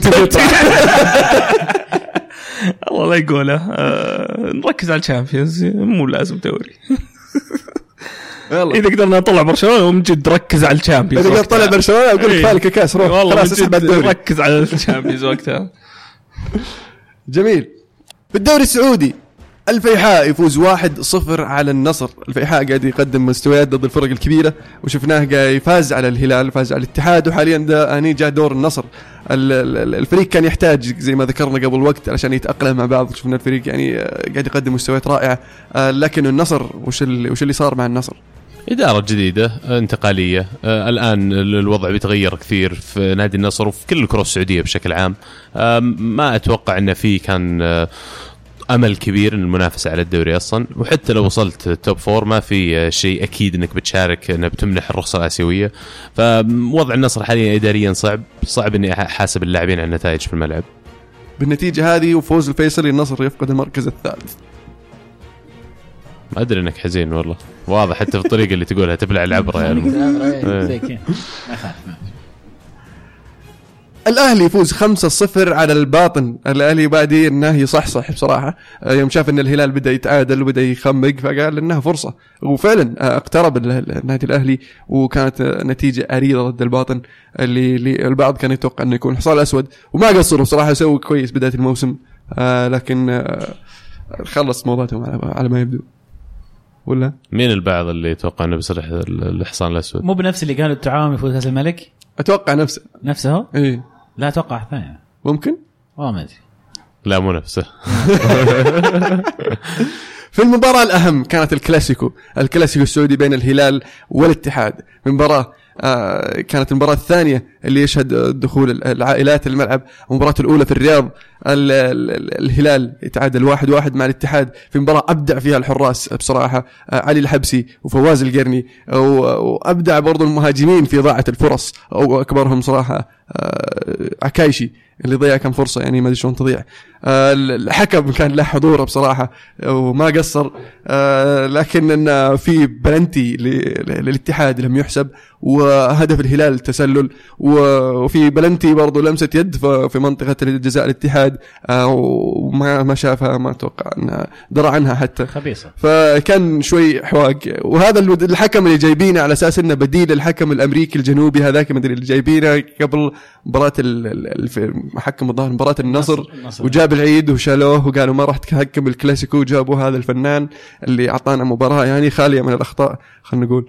الله لا يقوله. آه نركز على الشامبيونز مو لازم دوري. إذا قدرنا نطلع برشلونة ومن جد ركز على الشامبيونز. إذا طلع برشلونة أقول لك فالك كاس روح خلاص اسحب الدوري ركز على الشامبيونز وقتها. جميل. في الدوري السعودي الفيحاء يفوز واحد صفر على النصر. الفيحاء قاعد يقدم مستويات ضد الفرق الكبيرة، وشفناه قاعد يفاز على الهلال، فاز على الاتحاد، وحاليا ده اني جاء دور النصر. الفريق كان يحتاج زي ما ذكرنا قبل وقت علشان يتأقلم مع بعض. شفنا الفريق يعني قاعد يقدم مستويات رائعة، لكن النصر وش اللي وش اللي صار مع النصر؟ إدارة جديدة انتقالية. آه الآن الوضع بيتغير كثير في نادي النصر وفي كل الكرة السعودية بشكل عام. آه ما أتوقع أن فيه كان آه أمل كبير إن المنافسة على الدوري أصلا، وحتى لو وصلت توب فور ما في شيء أكيد إنك بتشارك إنك بتمنح الرخصة الآسيوية. فوضع النصر حاليا إداريا صعب صعب إني أحاسب اللاعبين على النتائج في الملعب. بالنتيجة هذه وفوز الفيصلي النصر يفقد المركز الثالث. ما أدري إنك حزين والله، واضح حتى في الطريقة اللي تقولها تبلع العبرة يعني. الأهلي يفوز خمسة صفر على الباطن. الأهلي بعدي إنه يصحصح بصراحة يوم شاف إن الهلال بدأ يتعادل وبدأ يخمق، فقال إنها فرصة، وفعلا اقترب النادي الأهلي، وكانت نتيجة عريضة ضد الباطن اللي, اللي البعض كان يتوقع إنه يكون حصان أسود، وما قصروا بصراحة، سووا كويس بداية الموسم. آه لكن آه خلص موضوعهم على, على ما يبدو. ولا مين البعض اللي يتوقع إنه بيصير الحصان الأسود؟ مو بنفس اللي قالوا التعاون يفوز كأس الملك؟ أتوقع نفسه نفسه؟ إيه لا أتوقع ثاني ممكن. والله ما أدري. لا مو نفسه. في المباراة الأهم كانت الكلاسيكو الكلاسيكو السعودي بين الهلال والاتحاد. مباراة آه كانت المباراة الثانية اللي يشهد دخول العائلات الملعب. المباراة الأولى في الرياض ال ال الهلال يتعادل واحد واحد مع الاتحاد في مباراة أبدع فيها الحراس بصراحة، آه علي الحبسي وفواز القرني، وأبدع برضو المهاجمين في ضاعة الفرص، أو أكبرهم صراحة آه عكايشي اللي ضيع كم فرصة يعني ما أدري شلون تضيع. آه الحكم كان له حضور بصراحة وما قصر، آه لكن إن في بلنتي للاتحاد لم يحسب، وهدف الهلال تسلل، وفي بلنتي برضو لمسة يد في منطقة الجزاء الاتحاد، آه وما ما شافها، ما أتوقع أنها درى عنها حتى خبيصة، فكان شوي حواق. وهذا الحكم اللي جايبينه على أساس إنه بديل الحكم الأمريكي الجنوبي هذاك ما أدري اللي جايبينه قبل مباراة محكم الظاهر مباراة النصر, النصر. وجاب العيد وشالوه وقالوا ما راح تحكم الكلاسيكو، وجابوا هذا الفنان اللي أعطانا مباراة يعني خالية من الأخطاء خلنا نقول.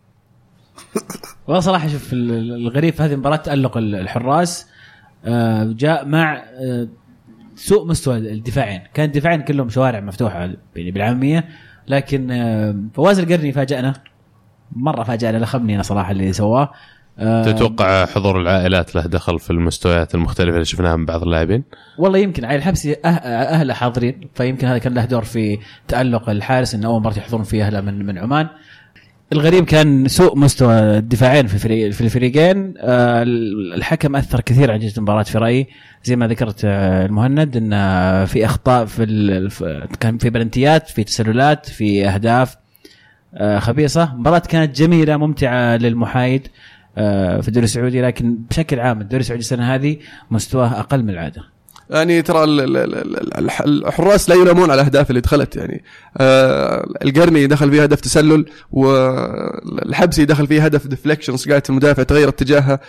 والله صراحة شوف الغريب في هذه المباراة تألق الحراس جاء مع سوء مستوى الدفاعين. كان الدفاعين كلهم شوارع مفتوحة بالعامية، لكن فواز القرني فاجأنا مرة، فاجأنا لخمني أنا صراحة اللي سواه. تتوقع حضور العائلات له دخل في المستويات المختلفة اللي شفناها من بعض اللاعبين؟ والله يمكن عائل الحبسي أهله حاضرين، فيمكن هذا كان له دور في تألق الحارس إنه أول مرة يحضرون فيه أهله من من عمان. الغريب كان سوء مستوى الدفاعين في الفريق في الفريقين. الحكم أثر كثير على جدة المباراة في رأيي، زي ما ذكرت المهند إن في أخطاء في كان في بلنتيات، في تسللات، في أهداف خبيصة. مباراة كانت جميلة ممتعة للمحايد في الدوري السعودي، لكن بشكل عام الدوري السعودي السنة هذه مستواه أقل من العادة. يعني ترى الحراس لا يلامون على الأهداف اللي دخلت، يعني القرني دخل فيه هدف تسلل، والحبسي دخل فيه هدف ديفليكشنز، قاعدة المدافع تغير اتجاهها،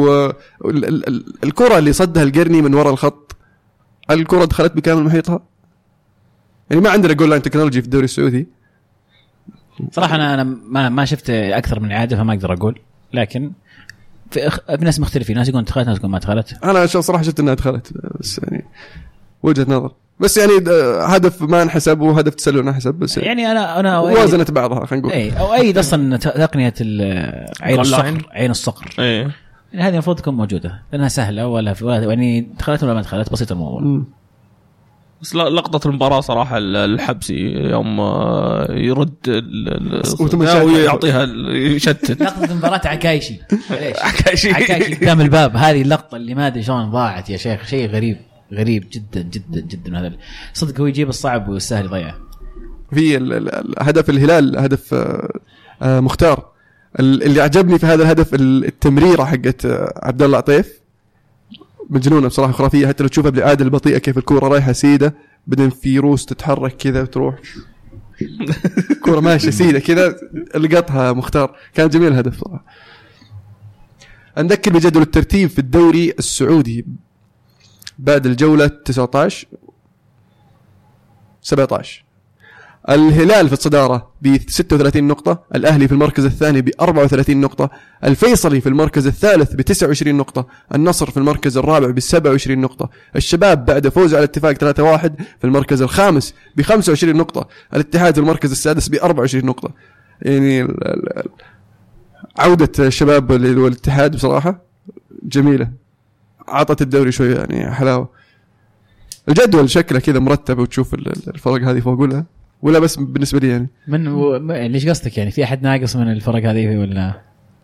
والكرة اللي صدها القرني من وراء الخط الكرة دخلت بكامل محيطها. يعني ما عندنا جول لاين تكنولوجي في الدوري السعودي صراحة. أنا أنا ما ما شفت أكثر من عادة فما أقدر أقول، لكن في أخ... ناس مختلفين، ناس يقولون دخلت، ناس يقولون ما دخلت. انا صراحه شفت انها دخلت، بس يعني وجهه نظر، بس يعني هدف ما انحسب وهدف تسلل انحسب، بس يعني انا انا وازنت بعضها خلينا نقول. اي او اي اصلا تقنيه عين الصقر، عين الصقر اي يعني هذه المفروض تكون موجوده لانها سهله، ولا يعني دخلت ولا ما دخلت، بسيط الموضوع. م. بس لقطة المباراة صراحة الحبسي يوم يرد ويعطيها يشتت. لقطة المباراة عكايشي عكايشي عكايشي قدام الباب. هذه اللقطة اللي ما أدري شلون ضاعت يا شيخ، شيء غريب غريب جدا جدا جدا. هذا صدق هو يجيب الصعب والسهل يضيعه. في هدف الهلال هدف مختار، اللي عجبني في هذا الهدف التمريرة حقت عبد الله عطيف مجنونة بصراحة، خرافية. حتى لو تشوفها بالإعادة البطيئة كيف الكورة رايحة سيدة، بدن في روس تتحرك كذا وتروح كورة ماشية سيدة كذا، لقطها مختار، كان جميل الهدف صراحة. نذكر بجدول الترتيب في الدوري السعودي بعد الجولة تسعة عشر. سبعة عشر. الهلال في الصدارة ب ستة وثلاثين نقطة، الأهلي في المركز الثاني ب أربعة وثلاثين نقطة، الفيصلي في المركز الثالث ب تسعة وعشرين نقطة، النصر في المركز الرابع ب سبعة وعشرين نقطة، الشباب بعد فوز على الاتفاق ثلاثة واحد في المركز الخامس ب خمسة وعشرين نقطة، الاتحاد في المركز السادس ب أربعة وعشرين نقطة. يعني عودة الشباب والاتحاد بصراحة جميلة، عطت الدوري شوية يعني حلاوة. الجدول شكله كذا مرتب وتشوف الفرق هذه فوق ولا ولا بس بالنسبة لي يعني من و... ليش قصدك يعني في أحد ناقص من الفرق هذه ولا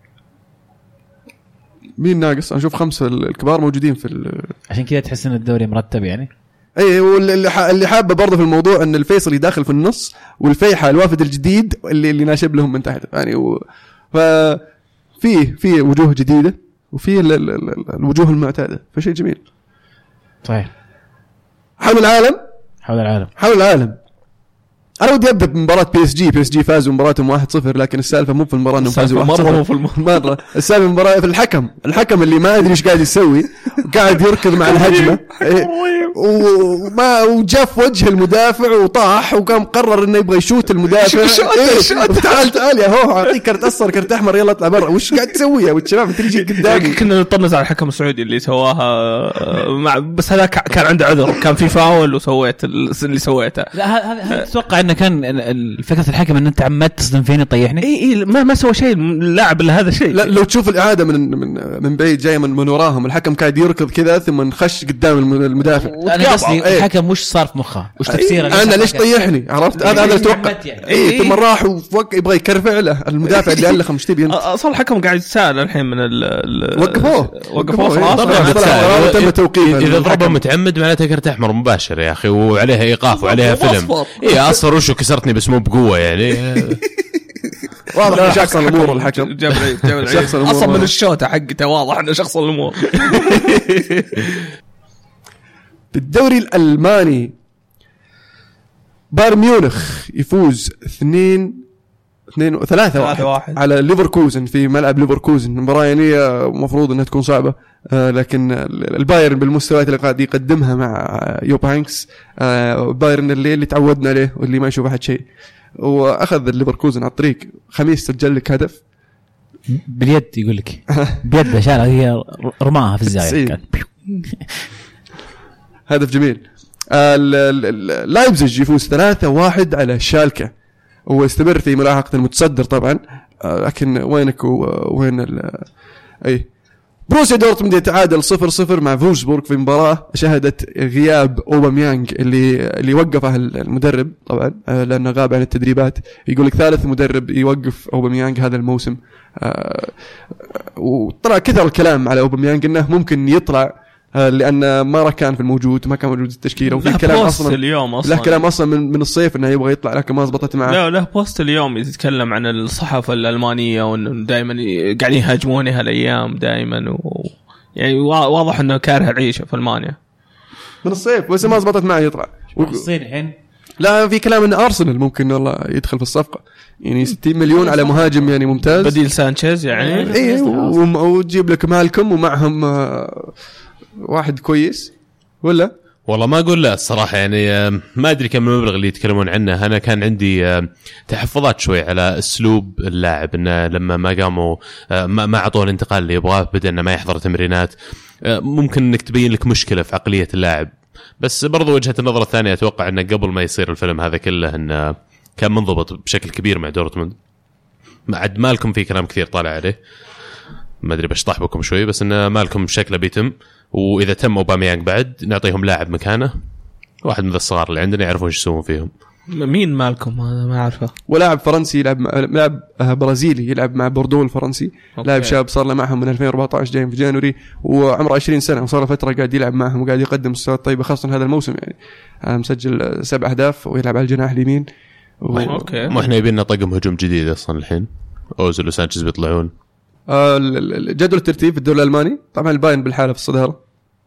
مين ناقص؟ أنا أشوف خمسة الكبار موجودين في ال... عشان كذا تحس إن الدوري مرتب يعني. اي واللي ح... اللي حابه برضه في الموضوع ان الفيصلي داخل في النص والفيحة الوافد الجديد اللي اللي ناشب لهم من تحت يعني و... ففي في وجوه جديدة وفي ال... ال... ال... الوجوه المعتادة، فشيء جميل. طيب حول العالم حول العالم حول العالم انا ودي ابدا بمباراه بي اس جي. بي اس جي فازوا مباراتهم واحد صفر، لكن السالفه مو في المباراه انهم فازوا واحد صفر، مره مو في المباراه، السالفه المباراه في الحكم الحكم اللي ما ادري ايش قاعد يسوي، قاعد يركض مع الهجمه وما وجاف وجه المدافع وطاح وقام قرر انه يبغى يشوت المدافع. إيه؟ تعال تعال يا هو اعطيك كرت اصفر كرت احمر يلا اطلع برا. وش قاعد تسوي يا شباب؟ تيجي قدامي. كنا نطنز على الحكم السعودي اللي سواها مع بس هذا كان عنده عذر، كان في فاول وسويت اللي سويته. لا هذا اتوقع انه كان فكره الحكم ان انت عمدت تصدم فيني طيحني. اي اي ما ما سوى شيء اللاعب الا هذا شيء. لا لو تشوف الاعاده من من من بعيد جاي من, من وراهم الحكم قاعد يركض كذا ثم خش قدام المدافع. انا قصدي ايه؟ الحكم وش صار في مخه؟ وش تفسيره؟ ايه؟ انا ليش طيحني؟ عرفت هذا هذا اتوقع يعني. اي ثم راح وفوق يبغى يكرفع له المدافع اللي قال له مش تبي انت. اصلا الحكم قاعد يتساءل الحين من ال وقفوه وقفوه خلاص تم توقيفه. اذا ضربه متعمد معناته كرت احمر مباشر يا اخي وعليها ايقاف وعليها فيلم. اي اصفر وشو كسرتني بس مو بقوه يعني. واضح شخص الامور الحكم جاب جاب اصلا من الشوطه حقته واضح انه شخص الامور. بالدوري الالماني بايرن ميونخ يفوز اثنين اثنين ثلاثة واحد على ليفركوزن في ملعب ليفركوزن. مباراة يعني مفروض انها تكون صعبة، آه لكن البايرن بالمستويات اللي قاعد يقدمها مع يوب هاينكس، آه بايرن اللي اللي تعودنا عليه واللي ما يشوف احد شيء، واخذ الليفركوزن على الطريق. خميس سجل لك هدف باليد يقول لك بيده شالها هي رماها في الزاوية. هدف جميل. لايبزيج يفوز ثلاثة واحد على شالكة ويستمر في ملاحقة المتصدر طبعا، لكن وينك وين اي بروسيا دورتموند يتعادل صفر صفر مع فولفسبورغ في مباراة شهدت غياب أوباميانغ اللي اللي وقفه المدرب طبعا لأنه غاب عن التدريبات. يقول لك ثالث مدرب يوقف أوباميانغ هذا الموسم، وطلع كثر الكلام على أوباميانغ إنه ممكن يطلع لأن ما كان في الموجود ما كان موجود التشكيلة، وفي كلام أصلا اليوم أصلا له كلام أصلا من من الصيف إنه يبغى يطلع لكن ما زبطت معه. لا له بوست اليوم يتكلم عن الصحافة الألمانية وإنه دائما قاعدين يهاجمونه هالأيام دائما و... يعني واضح إنه كاره العيشة في ألمانيا من الصيف بس ما زبطت معه يطلع. الصين الحين لا في كلام إن أرسنال ممكن والله يدخل في الصفقة يعني ستين مليون على مهاجم يعني ممتاز بديل سانشيز يعني إيه وتجيب لك مالكم ومعهم واحد كويس ولا والله ما أقول لا الصراحة يعني ما أدري كم المبلغ اللي يتكلمون عنه. أنا كان عندي تحفظات شوي على أسلوب اللاعب إنه لما ما قاموا ما ما عطوه الانتقال اللي يبغاه بدأ إنه ما يحضر تمرينات. ممكن إنك تبين لك مشكلة في عقلية اللاعب، بس برضو وجهة النظر الثانية أتوقع إنه قبل ما يصير الفيلم هذا كله إنه كان منضبط بشكل كبير مع دورتموند. عد مالكم في كلام كثير طالع عليه ما أدري بشطح بكم شوي، بس إنه مالكم شكله بيتم، وإذا تم أوباميانغ بعد نعطيهم لاعب مكانه واحد من الصغار اللي عندنا يعرفون ايش يسوون فيهم. مين مالكم هذا ما أعرفه. ولاعب فرنسي يلعب لاعب برازيلي يلعب مع بوردو الفرنسي، لاعب شاب صار له معهم من ألفين وأربعة عشر جاي في جانوري وعمره عشرين سنة وصار له فترة قاعد يلعب معهم وقاعد يقدم مستويات طيبة خاصة هذا الموسم يعني مسجل سبع أهداف ويلعب على الجناح اليمين و... اوكي ما احنا يبينا طقم هجوم جديد اصلا الحين اوزيل وسانشيز بيطلعون. آه جدول الترتيب في الدوري الألماني طبعا البايرن بالحالة في الصدارة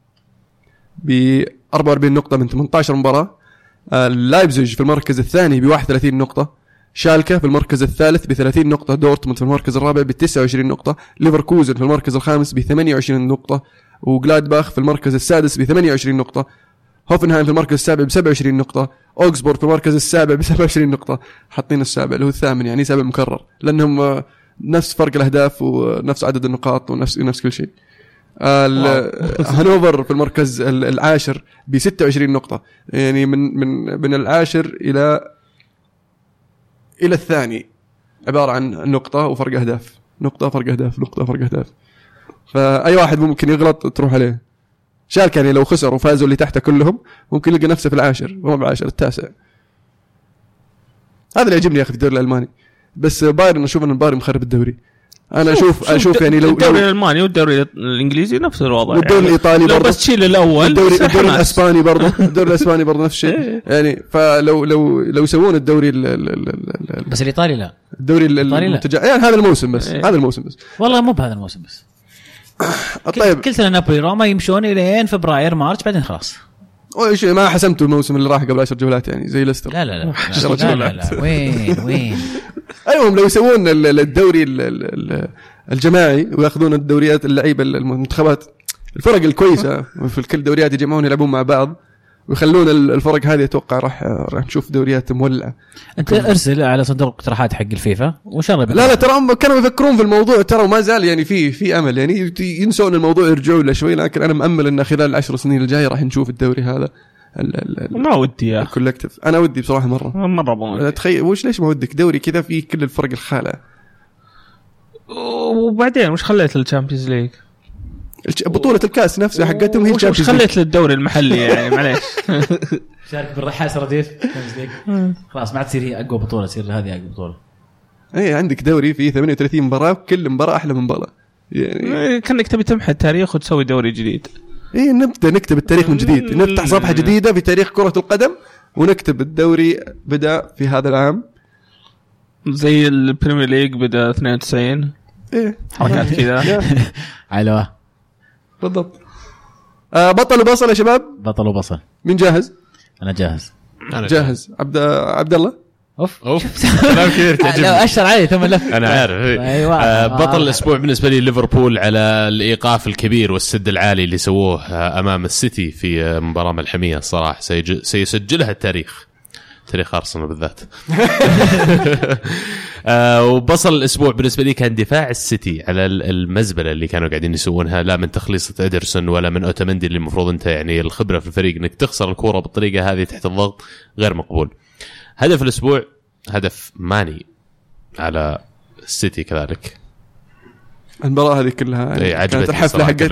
ب أربعة وأربعين نقطة من ثمانية عشر مباراة. لايبزيج في المركز الثاني ب واحد وثلاثين نقطة، شالكة في المركز الثالث ب ثلاثين نقطة، دورتموند في المركز الرابع ب تسعة وعشرين نقطة، ليفركوزن في المركز الخامس ب ثمانية وعشرين نقطة، وغلادباخ في المركز السادس ب ثمانية وعشرين نقطة، هوفنهايم في المركز السابع ب سبعة وعشرين نقطة، أوغسبورغ في المركز السابع ب سبعة وعشرين نقطة، حاطين السابع اللي هو الثامن يعني سابع مكرر لأنهم نفس فرق الأهداف ونفس عدد النقاط ونفس نفس كل شيء. هانوفر في المركز العاشر ب ستة وعشرين نقطة، يعني من من من العاشر إلى إلى الثاني عبارة عن نقطة وفرق أهداف، نقطة فرق أهداف، نقطة فرق أهداف. فأي واحد ممكن يغلط تروح عليه. شالك يعني لو خسر وفازوا اللي تحته كلهم ممكن يلقى نفسه في العاشر وهو بالعاشر التاسع. هذا اللي يعجبني يا أخي في الدوري الألماني. بس بايرن أشوف أن البايرن مخرب الدوري. أنا أشوف شوف أشوف يعني لو الدوري الألماني والدوري الإنجليزي نفس الوضع، والدوري يعني الإيطالي لو برضه بس تشيل الأول، الدوري الدوري الإسباني برضه الدوري الإسباني برضه نفس الشيء يعني. فلو لو لو يسوون الدوري ال ال ال بس الإيطالي لا، الدوري المتجا يعني هذا الموسم بس إيه. هذا الموسم بس والله مو بهذا الموسم بس. طيب كل سنة نابولي روما يمشون إلين فبراير مارس بعدين خلاص. وش ما حسمتوا الموسم اللي راح قبل عشر جولات يعني زي ليستر. لا لا لا, لا, لا, لا. وين وين أيوة لو يسوون الدوري الجماعي ويأخذون الدوريات اللعيبة المنتخبات الفرق الكويسة في كل دوريات يجمعون يلعبون مع بعض ويخلون الفرق هذه أتوقع راح راح نشوف دوريات مولعة. أنت أرسل على صندوق اقتراحات حق الفيفا وإن شاء الله. لا لا ترى هم كانوا يفكرون في الموضوع ترى وما زال يعني في في أمل يعني ينسون الموضوع يرجعوا له شوي، لكن أنا مأمل إن خلال العشر سنين الجاية راح نشوف الدوري هذا. ما ودي يا الكولكتيف أنا ودي بصراحة مرة مرة بقول تخيل وش ليش ما ودك دوري كذا فيه كل الفرق الخالة. وبعدين وش خليت للتشامبيونز ليج بطولة الكاس نفسها حقتهم هي وش خليت للدوري المحلي يعني معليش شارك بالرحاس رديف خلاص ما عاد تصير هي أقوى بطولة، تصير هذه أقوى بطولة. ايه عندك دوري فيه ثمانية وثلاثين مباراة كل مباراة أحلى من مباراة يعني كأنك تبي تمحي التاريخ وتسوي دوري جديد. ايه نبدأ نكتب التاريخ من جديد، نفتح صفحة جديدة في تاريخ كرة القدم ونكتب الدوري بدأ في هذا العام زي البريمير ليج بدأ اثنين وتسعين. ايه حركات كذا علوة بالضبط. آه بطل وبصل يا شباب، بطل وبصل. مين جاهز؟ أنا جاهز. أنا جاهز. عبد عبد الله اوف اوف كلام كثير تعجبني. لو اشر عليه ثم لف. انا عارف. أيوة. آه بطل الاسبوع بالنسبه لي ليفربول على الايقاف الكبير والسد العالي اللي سووه امام السيتي في مباراه ملحميه الصراحه سيسجلها التاريخ، تاريخ ارسنال بالذات. آه وبصل الاسبوع بالنسبه لي كان دفاع السيتي على المزبله اللي كانوا قاعدين يسوونها، لا من تخليصه ادرسون ولا من اوتامندي اللي المفروض انت يعني الخبره في الفريق انك تخسر الكوره بالطريقه هذه تحت الضغط غير مقبول. هدف الأسبوع هدف ماني على السيتي كذلك. المباراة هذه كلها يعني كانت الحفلة حقتك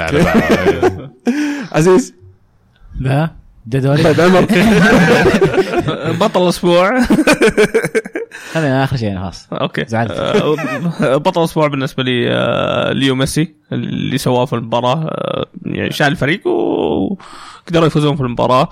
عزيز. لا جدولي طيب عمر بطل الأسبوع خلينا آخر شيء خلاص. أوكي زعلت. بطل الأسبوع بالنسبة لي ليو ميسي اللي سواه في المباراة، يعني شال الفريق وقدروا يفوزون في المباراة.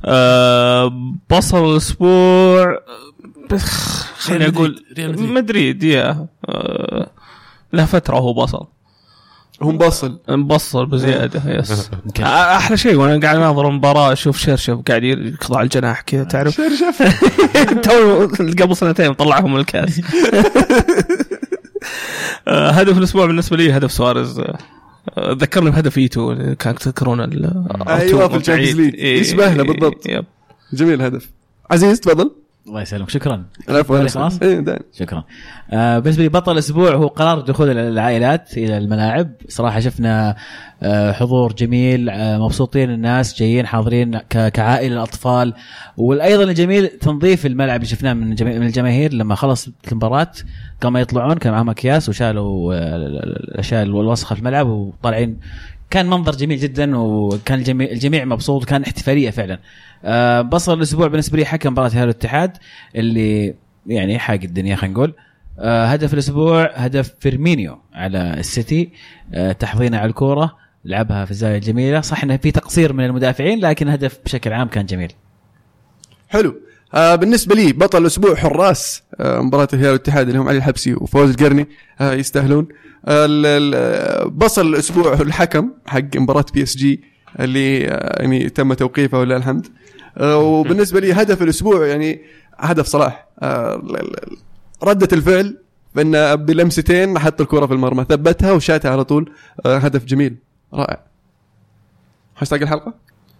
بطل الأسبوع خليني أقول مدريد يا له فترة هو بصل هم بصل مبصل بزيادة. يس أحلى شيء وأنا قاعد ناظر المباراة أشوف شرشف قاعد يخضع الجناح كذا تعرف شرشف تو قبل سنتين طلعهم من الكاس. هدف الأسبوع بالنسبة لي هدف سواريز، ذكرني بهدف إيتو كانت تذكرون أيوة في الشامبيونز ليج يشبه له بالضبط. جميل هدف. عزيز تفضل. الله يسلمك شكرا. خلاص ايه شكرا. آه بالنسبه لي بطل الاسبوع هو قرار دخول العائلات الى الملاعب. صراحه شفنا آه حضور جميل، آه مبسوطين الناس جايين حاضرين كعائله الاطفال، وايضا الجميل تنظيف الملعب اللي شفناه من من الجماهير لما خلص المباراه قاموا يطلعون كان معهم اكياس وشالوا الاشياء الوسخه في الملعب وطالعين. كان منظر جميل جدا وكان الجميع, الجميع مبسوط وكان احتفاليه فعلا. أه بصل الاسبوع بالنسبه لي حكم مباراه هلال الاتحاد اللي يعني حاق الدنيا خلينا نقول. أه هدف الاسبوع هدف فيرمينيو على السيتي، أه تحضينه على الكوره لعبها في الزاويه الجميله. صح انه في تقصير من المدافعين لكن هدف بشكل عام كان جميل. حلو. آه بالنسبه لي بطل الاسبوع حراس آه مباراه الهلال والاتحاد اللي هم علي الحبسي وفوز القرني، آه يستاهلون. آه بصل الاسبوع الحكم حق مباراه بي اس جي اللي آه يعني تم توقيفه ولله الحمد. آه وبالنسبه لي هدف الاسبوع يعني هدف صلاح، آه رده الفعل بان بلمستين حط الكره في المرمى ثبتها وشاتها على طول. آه هدف جميل رائع. هاشتاج الحلقه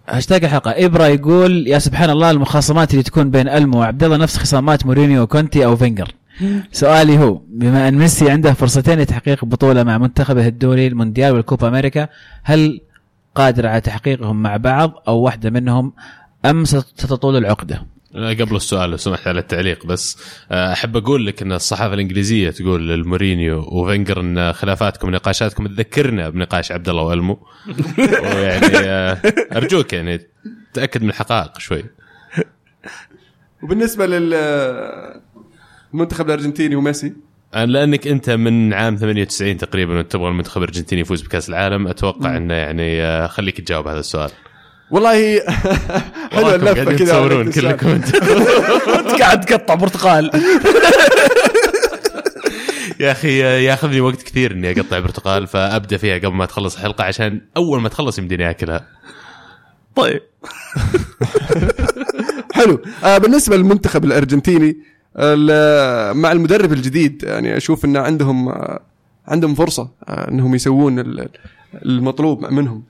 هاشتاج الحلقه ابرا يقول يا سبحان الله المخاصمات اللي تكون بين ألمو وعبد الله نفس خصامات مورينيو وكونتي او فينجر. سؤالي هو بما ان ميسي عنده فرصتين لتحقيق بطوله مع منتخبه الدولي المونديال والكوبا امريكا هل قادر على تحقيقهم مع بعض او واحده منهم ام ستطول العقده؟ قبل السؤال لو سمحت على التعليق بس احب اقول لك ان الصحافه الانجليزيه تقول للمورينيو وفينجر ان خلافاتكم ونقاشاتكم تذكرنا بنقاش عبد الله والمو ويعني ارجوك يعني تاكد من الحقائق شوي. وبالنسبه للمنتخب الارجنتيني وميسي لانك انت من عام ثمانية وتسعين تقريبا وتبغى المنتخب الارجنتيني يفوز بكاس العالم اتوقع انه يعني خليك تجاوب هذا السؤال. والله حلو اللفه كذا تصورون كلكم انت قاعد تقطع برتقال. يا اخي ياخذني وقت كثير اني اقطع برتقال فابدا فيها قبل ما تخلص الحلقه عشان اول ما تخلص يمديني اكلها. طيب حلو. آه بالنسبه للمنتخب الارجنتيني مع المدرب الجديد يعني اشوف ان عندهم آه عندهم فرصه آه انهم يسوون المطلوب منهم.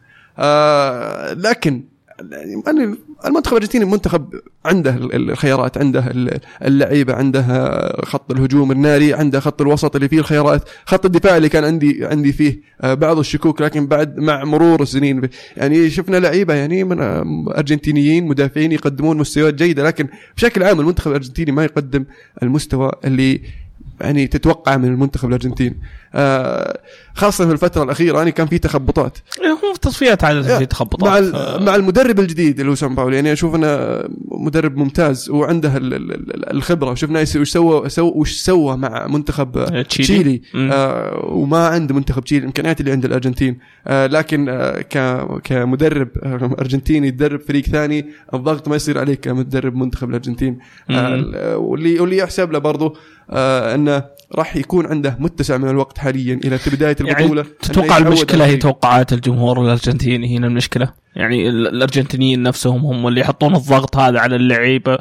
آه لكن يعني المنتخب الارجنتيني منتخب عنده الخيارات، عنده اللعيبه، عنده خط الهجوم الناري، عنده خط الوسط اللي فيه الخيارات، خط الدفاع اللي كان عندي عندي فيه بعض الشكوك لكن بعد مع مرور السنين يعني شفنا لعيبه يعني من ارجنتينيين مدافعين يقدمون مستويات جيده، لكن بشكل عام المنتخب الارجنتيني ما يقدم المستوى اللي يعني تتوقع من المنتخب الارجنتيني. آه خاصه في الفتره الاخيره يعني كان في تخبطات، هو في تصفيات عاده في تخبطات مع ف... مع المدرب الجديد اللي هو سان باولو يعني اشوف انه مدرب ممتاز وعنده الخبره، وشفنا ايش سوى سوى وش سوى مع منتخب تشيلي آه وما عنده منتخب تشيلي الامكانيات اللي عند الارجنتين. آه لكن آه ك كمدرب ارجنتيني يدرب فريق ثاني الضغط ما يصير عليك كمدرب منتخب الارجنتين. آه واللي واللي يحسب له برضه آه انه راح يكون عنده متسع من الوقت حاليا الى بدايه البطوله. يعني تتوقع المشكله هي توقعات الجمهور الارجنتيني هنا المشكله؟ يعني الارجنتينيين نفسهم هم اللي يحطون الضغط هذا على اللعيبه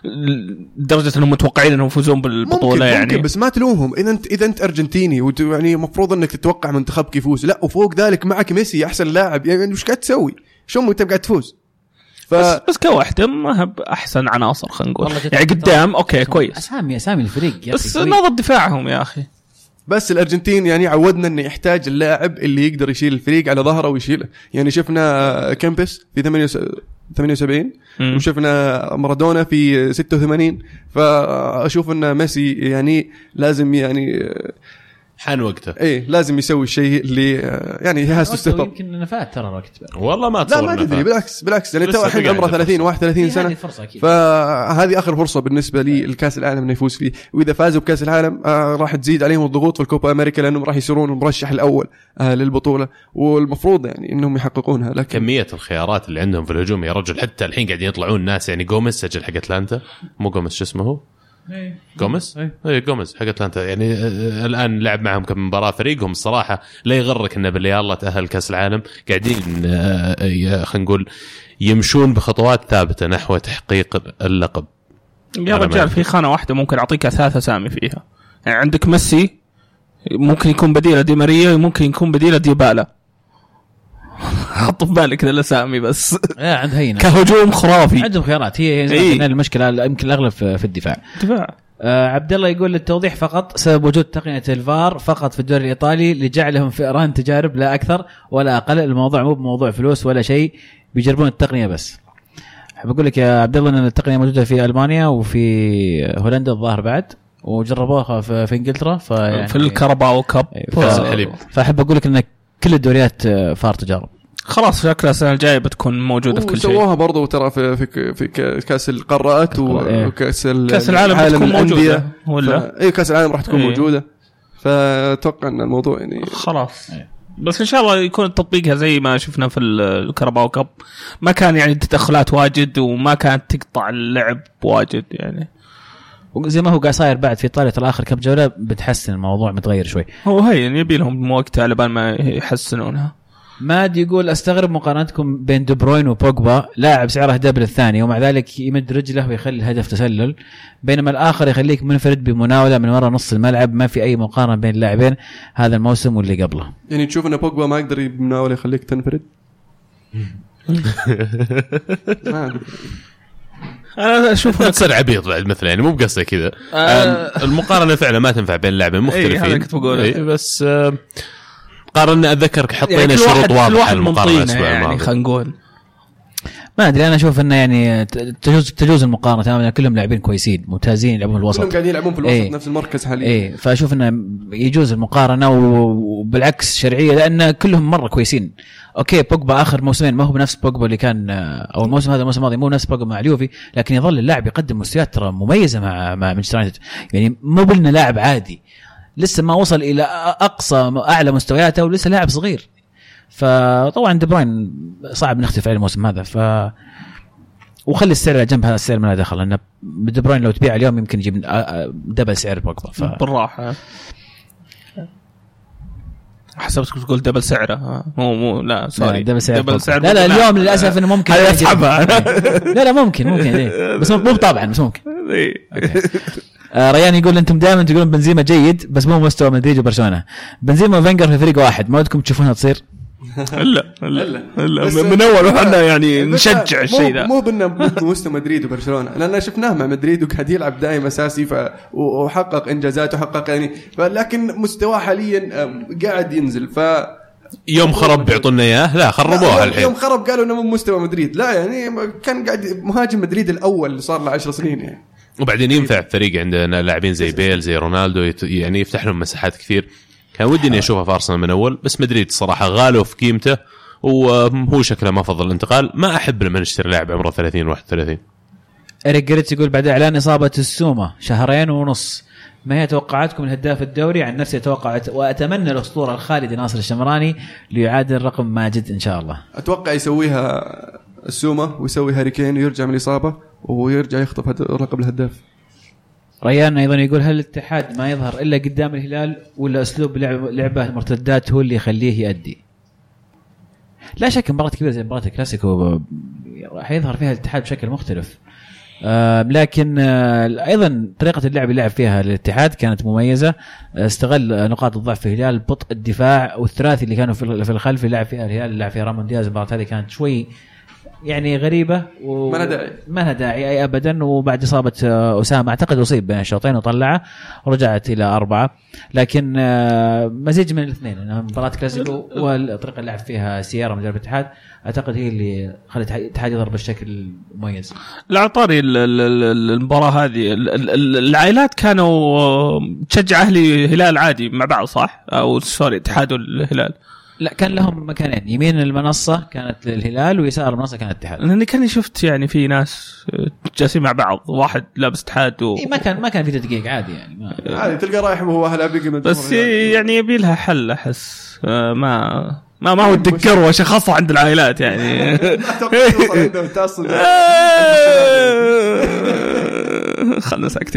لدرجه انهم متوقعين انهم يفوزون بالبطوله. ممكن يعني ممكن بس ما تلومهم اذا انت اذا انت ارجنتيني يعني المفروض انك تتوقع منتخبك يفوز. لا وفوق ذلك معك ميسي احسن لاعب، يعني وش قاعد تسوي؟ شو انت قاعد تفوز؟ ف... بس بس كواحده ما هب احسن عناصر خلينا نقول يعني قدام اوكي كويس اسامي اسامي الفريق بس نظر دفاعهم يا اخي. بس الارجنتين يعني عودنا انه يحتاج اللاعب اللي يقدر يشيل الفريق على ظهره ويشيله. يعني شفنا كامبس في ثمانية وسبعين وشفنا مارادونا في ستة وثمانين، فاشوف ان ميسي يعني لازم يعني حان وقته ايه لازم يسوي الشيء اللي يعني هاز تو ستيب اب. يمكن نفات ترى الوقت والله ما لا ما تدري بالعكس بالعكس يعني تو الحين عمره ثلاثين واحد وثلاثين سنه فهذه اخر فرصه بالنسبه لي الكاس العالم انه يفوز فيه، واذا فازوا بكاس العالم آه راح تزيد عليهم الضغوط في الكوبا امريكا لانهم راح يصيرون المرشح الاول آه للبطوله والمفروض يعني انهم يحققونها. لكن كميه الخيارات اللي عندهم في الهجوم يا رجل حتى الحين قاعدين يطلعون ناس يعني جوميز سجل حق اتلانتا مو جوميز شو اسمه هو ايه جوميز اي جوميز حق اتلانتا يعني الان لعب معهم كم مباراه فريقهم الصراحه لا يغرك انه باللي الله تاهل كاس العالم قاعدين خلينا نقول يمشون بخطوات ثابته نحو تحقيق اللقب. يا رجال في خانه واحده ممكن اعطيك ثلاثه اسامي فيها يعني عندك ميسي ممكن يكون بديله دي ماريا ممكن يكون بديله ديبالا حط في بالك كذا الاسامي بس لا عند هينا كهجوم خرافي عندهم خيارات هي إيه؟ المشكله يمكن الاغلب في الدفاع دفاع. آه عبد الله يقول للتوضيح فقط سبب وجود تقنيه الفار فقط في الدوري الايطالي لجعلهم فئران تجارب لا اكثر ولا اقل. الموضوع مو بموضوع فلوس ولا شيء بيجربون التقنيه بس. احب اقول لك يا عبد الله ان التقنيه موجوده في المانيا وفي هولندا الظاهر بعد وجربوها في, في انجلترا في, في الكاراباو كاب ف... فاحب اقول لك ان كل الدوريات فار تجارب. خلاص شكلها السنه الجايه بتكون موجوده في كل شيء. سووها برضو ترى في في في كاس القارات وكاس كاس العالم بتكون موجوده ولا ف... اي كاس العالم راح تكون إيه. موجوده فاتوقع ان الموضوع يعني خلاص إيه. بس ان شاء الله يكون تطبيقها زي ما شفنا في الكاراباو كاب ما كان يعني تدخلات واجد وما كانت تقطع اللعب واجد يعني وزي ما هو قاعد صاير بعد في ايطاليا الاخر كم جوله بتحسن الموضوع متغير شوي. هو هي يعني يبي لهم وقت على بال ما يحسنونها. ماد يقول استغرب مقارنتكم بين دي بروين وبوجبا لاعب سعره دبل الثاني ومع ذلك يمد رجله ويخلي الهدف تسلل بينما الاخر يخليك منفرد بمناوله من وراء نص الملعب. ما في اي مقارنه بين اللاعبين هذا الموسم واللي قبله. يعني تشوف ان بوجبا ما يقدر بمناوله يخليك تنفرد انا اشوف ما تصير عبيط بعد مثلا يعني مو بقصدي كذا. آه المقارنه فعلا ما تنفع بين لاعبين مختلفين. إيه بس آه قارنا اتذكر حطينا يعني شروط واضحه للمقارنه يعني خلينا نقول ما ادري انا اشوف انه يعني تجوز تجوز المقارنه تماما. كلهم لاعبين كويسين ممتازين يلعبون في الوسط كلهم قاعدين يلعبون في الوسط ايه نفس المركز حاليا ايه فاشوف انه يجوز المقارنه وبالعكس شرعيه لان كلهم مره كويسين. اوكي بوجبا اخر موسمين ما هو بنفس بوجبا اللي كان او الموسم هذا الموسم الماضي مو نفس بوجبا مع اليوفي لكن يظل اللاعب يقدم مستويات ترى مميزه مع مع مانشستر يونايتد. يعني مو بلنا لاعب عادي لسه ما وصل الى اقصى اعلى مستوياته ولسه لاعب صغير. فطبعا دي بروين صعب نختلف عليه الموسم هذا ف وخلي السعر على جنب. هذا السعر ما له دخل لأن دي بروين لو تبيع اليوم يمكن يجيب دبل سعر بوجبا ف... بالراحه حسبتك تقول دبل سعره مو مو لا سوري دبل سعر, دبل سعر لا لا اليوم للاسف انه ممكن يسحبها. لا لا ممكن ممكن إيه. بس مو طبعا بس ممكن آه ريان يقول انتم دائما تقولون بنزيما جيد بس مو مستوى مدريد وبرشلونه. بنزيما وفينجر في فريق واحد ما ودكم تشوفونها تصير؟ لا لا لا من اول وحنا يعني نشجع الشيء ذا مو بنا مستوى مدريد وبرشلونه لان شفناه مع مدريد وقاعد يلعب دائما اساسي ف وحقق انجازات وحقق يعني لكن مستواه حاليا قاعد ينزل ف يوم خرب بيعطونا اياه لا خربوها الحين. يوم خرب قالوا انه مو مستوى مدريد لا يعني كان قاعد مهاجم مدريد الاول اللي صار له عشر سنين يعني. وبعدين ينفع فريق عندنا لاعبين زي بيل زي رونالدو يعني يفتح لهم مساحات كثير. كان ودي اني اشوفه في ارسنال من اول بس مدريد صراحه غالوا في قيمته وهو شكله ما فضل الانتقال. ما احب لما نشتري لاعب عمره ثلاثين واحد وثلاثين. إريك جريتس يقول بعد اعلان اصابه السومه شهرين ونص ما هي توقعاتكم الهداف الدوري؟ عن نفسي اتوقع واتمنى الاسطوره الخالدي ناصر الشمراني ليعادل رقم ماجد ان شاء الله. اتوقع يسويها السومه ويسوي هاري كين ويرجع من الاصابه ويرجع يخطف رقم الهداف. ريان ايضا يقول هل الاتحاد ما يظهر الا قدام الهلال ولا اسلوب لعب لعبه المرتدات هو اللي يخليه يؤدي؟ لا شك مباراه كبيره زي مباراه الكلاسيكو حيظهر فيها الاتحاد بشكل مختلف. آه لكن آه ايضا طريقه اللعب اللي لعب فيها الاتحاد كانت مميزه. استغل نقاط الضعف في الهلال بطء الدفاع والثلاثي اللي كانوا في الخلف اللي لعب فيها الهلال لعب فيها رامون دياز. المباراه هذه كانت شوي يعني غريبة وما لها داعي ما لها داعي أي أبدا. وبعد إصابة أسامة أعتقد أصيب بين الشوطين وطلعه ورجعت إلى أربعة. لكن مزيج من الاثنين مباراة كلاسيكو والطريقة اللي لعب فيها سيارة مدرب الاتحاد أعتقد هي اللي خلت الاتحاد يظهر بالشكل مميز. لا طاري المباراة هذه العائلات كانوا تشجع أهلي هلال عادي مع بعض صح أو سوري اتحاد والهلال؟ لا كان لهم مكانين يمين المنصة كانت للهلال ويسار المنصة كانت اتحاد. لأني كاني شفت يعني في ناس جالسين مع بعض واحد لابس اتحاد و... إيه ما كان ما كان في تدقيق عادي يعني ما... عادي تلقى رايح وهو أهلا بيجي بس يعني يبي لها حل أحس ما ما ما هو الدكر وشخصه عند العائلات يعني خلنا ساكتين.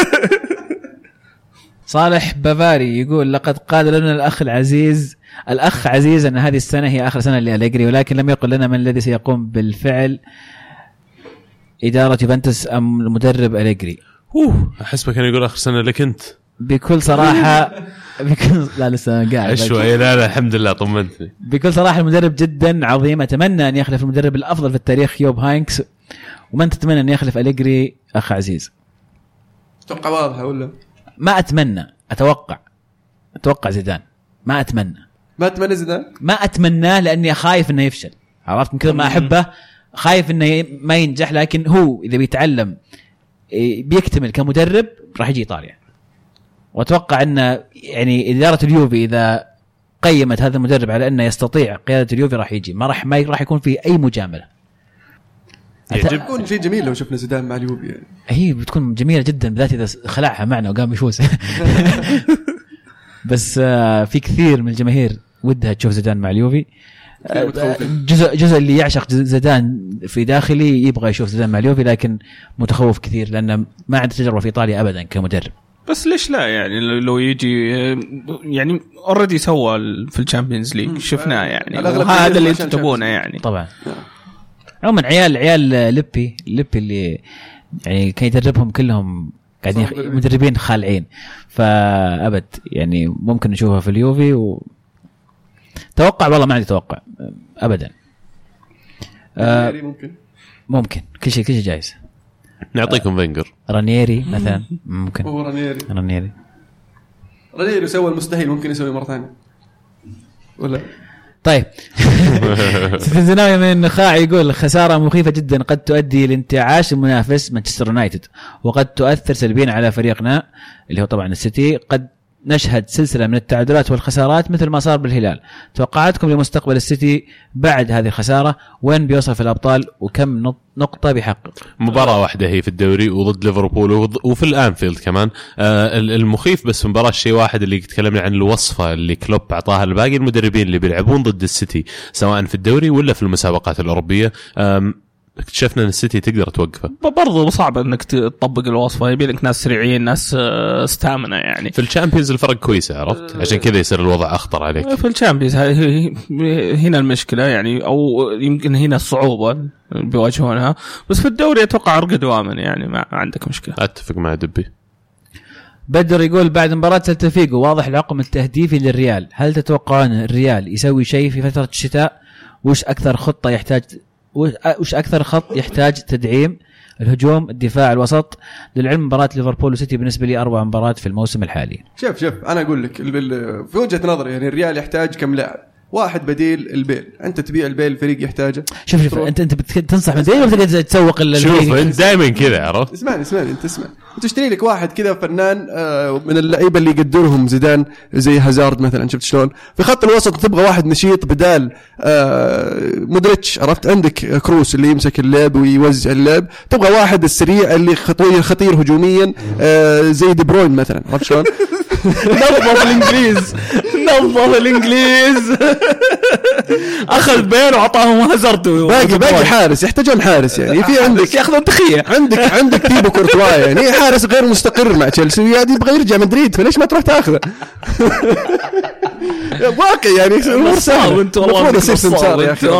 صالح بافاري يقول لقد قال لنا الأخ العزيز الأخ عزيز أن هذه السنة هي آخر سنة لأليجري ولكن لم يقل لنا من الذي سيقوم بالفعل إدارة يوفنتوس أم المدرب أليجري. أوه أحسبه كان يقول آخر سنة لك أنت. بكل صراحة بكل لا لسه قاعد شوي لا لا الحمد لله طمنتني. بكل صراحة المدرب جدا عظيم. أتمنى أن يخلف المدرب الأفضل في التاريخ يوب هاينكس. ومن تتمنى أن يخلف أليجري أخ عزيز؟ أتوقع واضحة ولا ما أتمنى أتوقع أتوقع زيدان. ما أتمنى ما أتمنى زيدان ما أتمناه لأني خايف إنه يفشل. عرفت من كثر ما أحبه خايف إنه ما ينجح. لكن هو إذا بيتعلم بيكتمل كمدرب راح يجي إيطاليا. وأتوقع أن يعني إدارة اليوفي إذا قيمت هذا المدرب على أنه يستطيع قيادة اليوفي راح يجي ما راح ما راح يكون في أي مجاملة. يكون شيء جميل لو شفنا زيدان مع اليوفي يعني. هي بتكون جميلة جدا بالذات إذا خلعها معنا وقام يفوز. بس في كثير من الجماهير ودها تشوف زيدان مع اليوفي. جزء جزء اللي يعشق زيدان في داخلي يبغى يشوف زيدان مع اليوفي لكن متخوف كثير لأنه ما عنده تجربة في إيطاليا أبدا كمدرب. بس ليش لا يعني لو يجي يعني already سوى في الشامبيونز ليج شفناه يعني هذا اللي انتم تبونه يعني. طبعا عموما عيال عيال ليبي ليبي اللي يعني كان يدربهم كلهم قاعدين مدربين خالعين فأبد يعني ممكن نشوفها في اليوفي. و توقع والله ما عندي توقع أبدا. آه ممكن ممكن كل شيء كل شيء جايز. نعطيكم فينجر رانيري مثلا ممكن. هو رانيري رانيري رانيري سوى المستحيل ممكن يسوي مرة ثانية ولا. طيب ستنزناوي من النخاع يقول خسارة مخيفة جدا قد تؤدي لانتعاش المنافس مانشستر يونايتد وقد تؤثر سلبيا على فريقنا اللي هو طبعا السيتي. قد نشهد سلسلة من التعادلات والخسارات مثل ما صار بالهلال. توقعاتكم لمستقبل السيتي بعد هذه الخسارة؟ وين بيوصل في الأبطال وكم نقطة بيحقق؟ مباراة واحدة هي في الدوري وضد ليفربول وفي الأنفيلد كمان. آه المخيف بس مباراة شيء واحد اللي تكلمنا عن الوصفة اللي كلوب أعطاها لباقي المدربين اللي بيلعبون ضد السيتي سواء في الدوري ولا في المسابقات الأوروبية. اكتشفنا ان السيتي تقدر توقفه. برضو صعب انك تطبق الوصفه، يبي لك ناس سريعين ناس استامنه يعني. في الشامبيونز الفرق كويسه عرفت، عشان كذا يصير الوضع اخطر عليك. في الشامبيونز هنا المشكله يعني، او يمكن هنا الصعوبه بيواجهونها. بس في الدوري اتوقع ارقى دواما يعني ما عندك مشكله. اتفق مع دبي. بدر يقول بعد مباراة سيلتا فيغو واضح العقم التهديفي للريال، هل تتوقعون الريال يسوي شيء في فترة الشتاء؟ وش أكثر خطة يحتاج وش أكثر خط يحتاج تدعيم؟ الهجوم، الدفاع، الوسط. للعلم مباراة ليفربول وسيتي بالنسبة لي أربع مباريات في الموسم الحالي. شوف شوف أنا أقول لك في وجهة نظري يعني الريال يحتاج كم لاعب؟ واحد بديل البيل، انت تبيع البيل الفريق يحتاجه. شوف شوف انت انت بتنصح بديل ولا تقدر تسوق الفريق؟ شوف انت دائما كذا عرفت. اسمعني اسمعني انت اسمع، انت تشتري لك واحد كذا فنان من اللعيبه اللي يقدرهم زيدان زي هازارد مثلا. شفت شلون في خط الوسط تبغى واحد نشيط بدال مودريتش عرفت. عندك كروس اللي يمسك اللعب ويوزع اللعب، تبغى واحد السريع اللي خطير خطير هجوميا زي دي بروين مثلا عرفت شلون. نظف الانجليز نظف الانجليز اخذ بيل وعطاهم هازارد. باقي باقي حارس يحتاجون حارس يعني. في عندك ياخذون تخيه، عندك عندك تيبو كورتوا يعني حارس غير مستقر مع تشيلسي ويعني يبغى يرجع مدريد، فليش ما تروح تاخذه؟ واقع يعني امور سهله. انت والله المفروض يا اخي.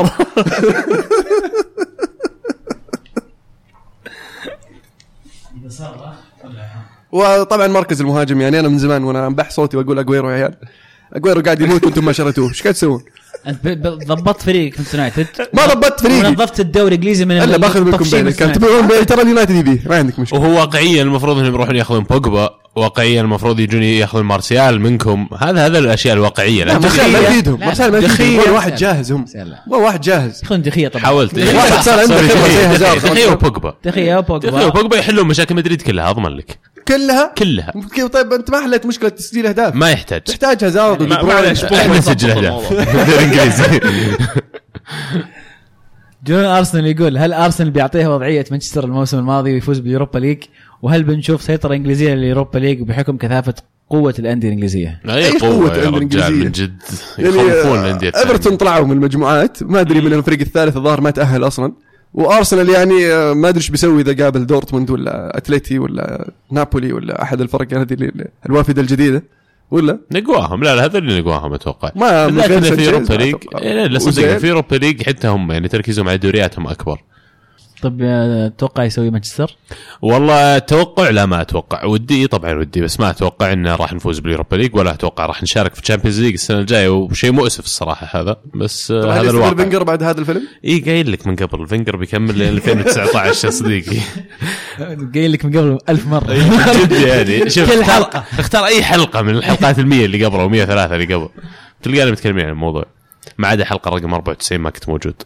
وطبعا مركز المهاجم يعني انا من زمان وانا انبح صوتي واقول اغويرو يا عيال. اغويرو قاعد يموت وانتم ما شريتوه، ايش قاعد تسوون؟ انت ضبطت فريق في يونايتد، ما ضبطت فريقي، نظفت الدوري الانجليزي من الا باخذ منكم بالك كان تبغون ترى اليونايتد يبيه ما عندك مشكله. وهو واقعيا المفروض انهم يروحون ياخذون بوجبا، واقعيا المفروض يجون ياخذون مارسيال منكم. هذا هذا الاشياء الواقعيه. لا مارسيال ما يفيدهم، مارسيال ما يفيدهم. واحد جاهز هم مو واحد جاهز. ياخذون دخيه طبعا. حاولت واحد صار عنده دخيه وبوجبا دخيه وبوجبا دخيه وبوجبا يحلون مشاكل مدريد كلها اضمن لك. كلها كلها طيب انت ما حليت مشكله تسجيل اهداف. ما يحتاج تحتاج هازارد ودي بروين. احنا نسجل اهداف بالانجليزي. جون ارسنال يقول هل ارسنال بيعطيها وضعيه مانشستر الموسم الماضي ويفوز باليوروبا ليج؟ وهل بنشوف سيطره انجليزيه لليوروبا ليج بحكم كثافه قوه الانديه الانجليزيه؟ اي قوه يا رجال من جد يخوفون الانديه. ايفرتون طلعوا من المجموعات، ما ادري من الفريق الثالث الظاهر ما تاهل اصلا. وارسنال يعني ما ادري ايش بيسوي اذا قابل دورتموند ولا اتلتي ولا نابولي ولا احد الفرق هذه الوافده الجديده ولا نقواهم. لا لا هذا اللي نقواهم اتوقع. ما لكن في اوروبا ليج لا صدق في اوروبا ليج حتى هم يعني تركيزهم على دورياتهم اكبر. طب اتوقع يسوي مانشستر؟ والله اتوقع لا ما اتوقع. ودي طبعا ودي بس ما اتوقع ان راح نفوز باليوروبا ليج ولا اتوقع راح نشارك في الشامبيونز ليج السنه الجايه، وشيء مؤسف الصراحه هذا. بس هذا الواقع. فينجر بعد هذا الفيلم اي قايل لك من قبل فينجر بيكمل ل ألفين وتسعة عشر صديقي. قايل لك من قبل ألف مره جد يعني. شوف كل حلقه اختار اي حلقه من الحلقات المية اللي قبله ومية وثلاثة اللي قبل تلقانا متكلمين عن الموضوع، ما عدا حلقه رقم أربعة وتسعين ما كنت موجود.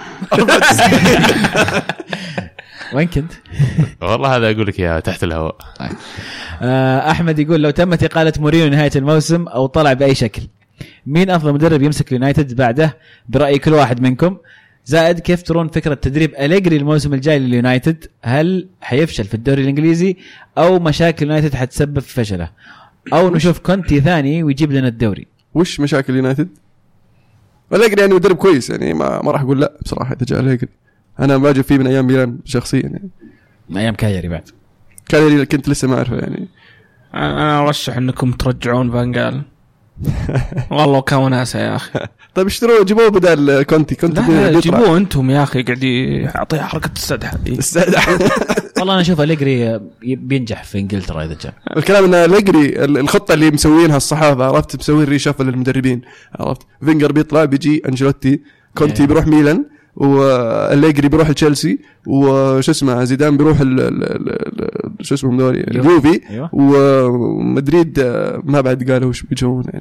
وين كنت؟ والله هذا أقول لك يا تحت الهواء. أحمد يقول لو تمت إقالة مورينيو نهاية الموسم أو طلع بأي شكل مين أفضل مدرب يمسك اليونايتد بعده برأي كل واحد منكم؟ زائد كيف ترون فكرة تدريب أليجري الموسم الجاي لليونايتد؟ هل حيفشل في الدوري الإنجليزي أو مشاكل اليونايتد حتسبب في فشله أو نشوف كونتي ثاني ويجيب لنا الدوري؟ وش مشاكل اليونايتد؟ أليجري يعني مدرب كويس يعني ما ما راح أقول لا بصراحة إذا جاء أليجري. أنا باجي فيه من أيام ميلان شخصيا يعني. من أيام كايري بعد. كايري كنت لسه ما أعرفه يعني. أنا أرشح إنكم ترجعون فانجال. والله كانوا ناسا يا أخي. طيب اشتروا جيبوه بدل كونتي. كنت جيبوه أنتم يا أخي قاعد يعطيه حركة السدحة دي. السدحة. والله أنا أشوف أليجري بينجح في إنجلترا إذا جاء. الكلام إن أليجري الخطة اللي مسوينها الصحافة عرفت مسوين ريشافل للمدربين عرفت. فينجر بيطلع بيجي أنجلوتي كونتي بيروح ميلان والليجري بيروح لتشيلسي وش اسمه زيدان بيروح شو اسمه دوري اليوفي ومدريد ما بعد قالوا وش بيجون يعني.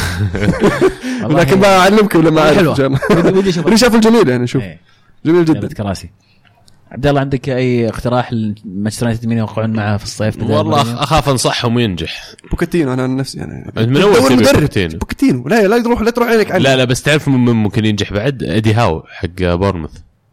لكن بعلمكم لما اعرف اللي شافوا الجميل يعني شوف جميل جدا كراسي. عبد الله عندك اي اقتراح لمانشستر يونايتد مين يوقعون معه في الصيف؟ والله اخاف انصحهم وينجح بوكيتينو. انا نفسي يعني من اول بوكيتينو بوكيتينو لا لا تروح لا تروح عينك عنه. لا لا بس تعرف من ممكن ينجح بعد ادي هاو حق بورنموث.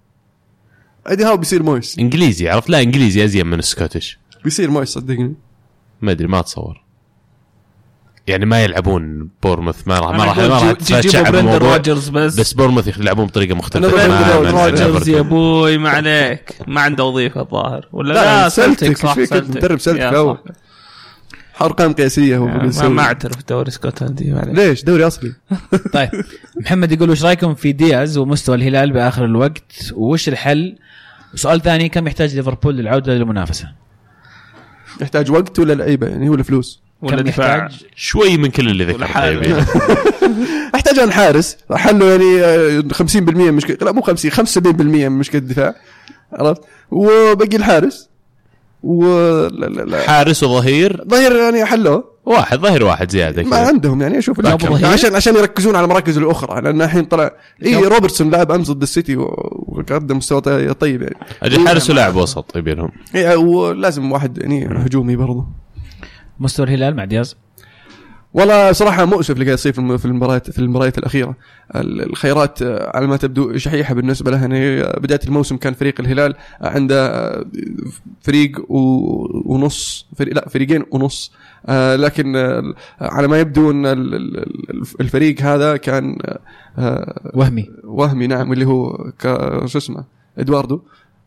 ادي هاو بيصير مويس انجليزي عرفت لا انجليزي ازين من السكوتش بيصير مويس صدقني ما ادري ما اتصور يعني ما يلعبون بورموث ما راح ما راح ما راح تشعب الموضوع بس, بس بورموث يلعبون بطريقه مختلفه روجرز يا ابوي ما عليك ما عنده وظيفه الظاهر ولا لا, لا سلتك صح مدرب سلتك اول ارقام قياسيه هو ما, ما اعترف دوري اسكتلندي ليش دوري اصلي. طيب محمد يقول وش رايكم في دياز ومستوى الهلال باخر الوقت وش الحل؟ سؤال ثاني كم يحتاج ليفربول للعوده للمنافسه؟ يحتاج وقت ولا لعيبه يعني ولا فلوس ولا دفاع شوي من كل اللي ذكرته. احتاج ان حارس حله يعني خمسين بالمية مشكله لا مو خمسين خمسة وسبعين بالمية من مشكله الدفاع عرفت وبقي الحارس و لا لا لا. حارس وظهير ظهير يعني حلوه واحد ظهير واحد زياده ما عندهم يعني اشوف عشان عشان يركزون على المراكز الاخرى لان الحين طلع اي روبرتسون لاعب امس ضد السيتي وقدم مستوى طيب يعني اجل حارس ولاعب وسط يبينهم اي ولازم واحد يعني هجومي برضه. مستوى الهلال مع دياز والله صراحه مؤسف اللي قاعد يصير في المباريات في المباريات الاخيره. الخيارات على ما تبدو شحيحه بالنسبه له يعني بدايه الموسم كان فريق الهلال عنده فريق ونص فريق لا فريقين ونص لكن على ما يبدو ان الفريق هذا كان وهمي وهمي نعم اللي هو شو اسمه ادواردو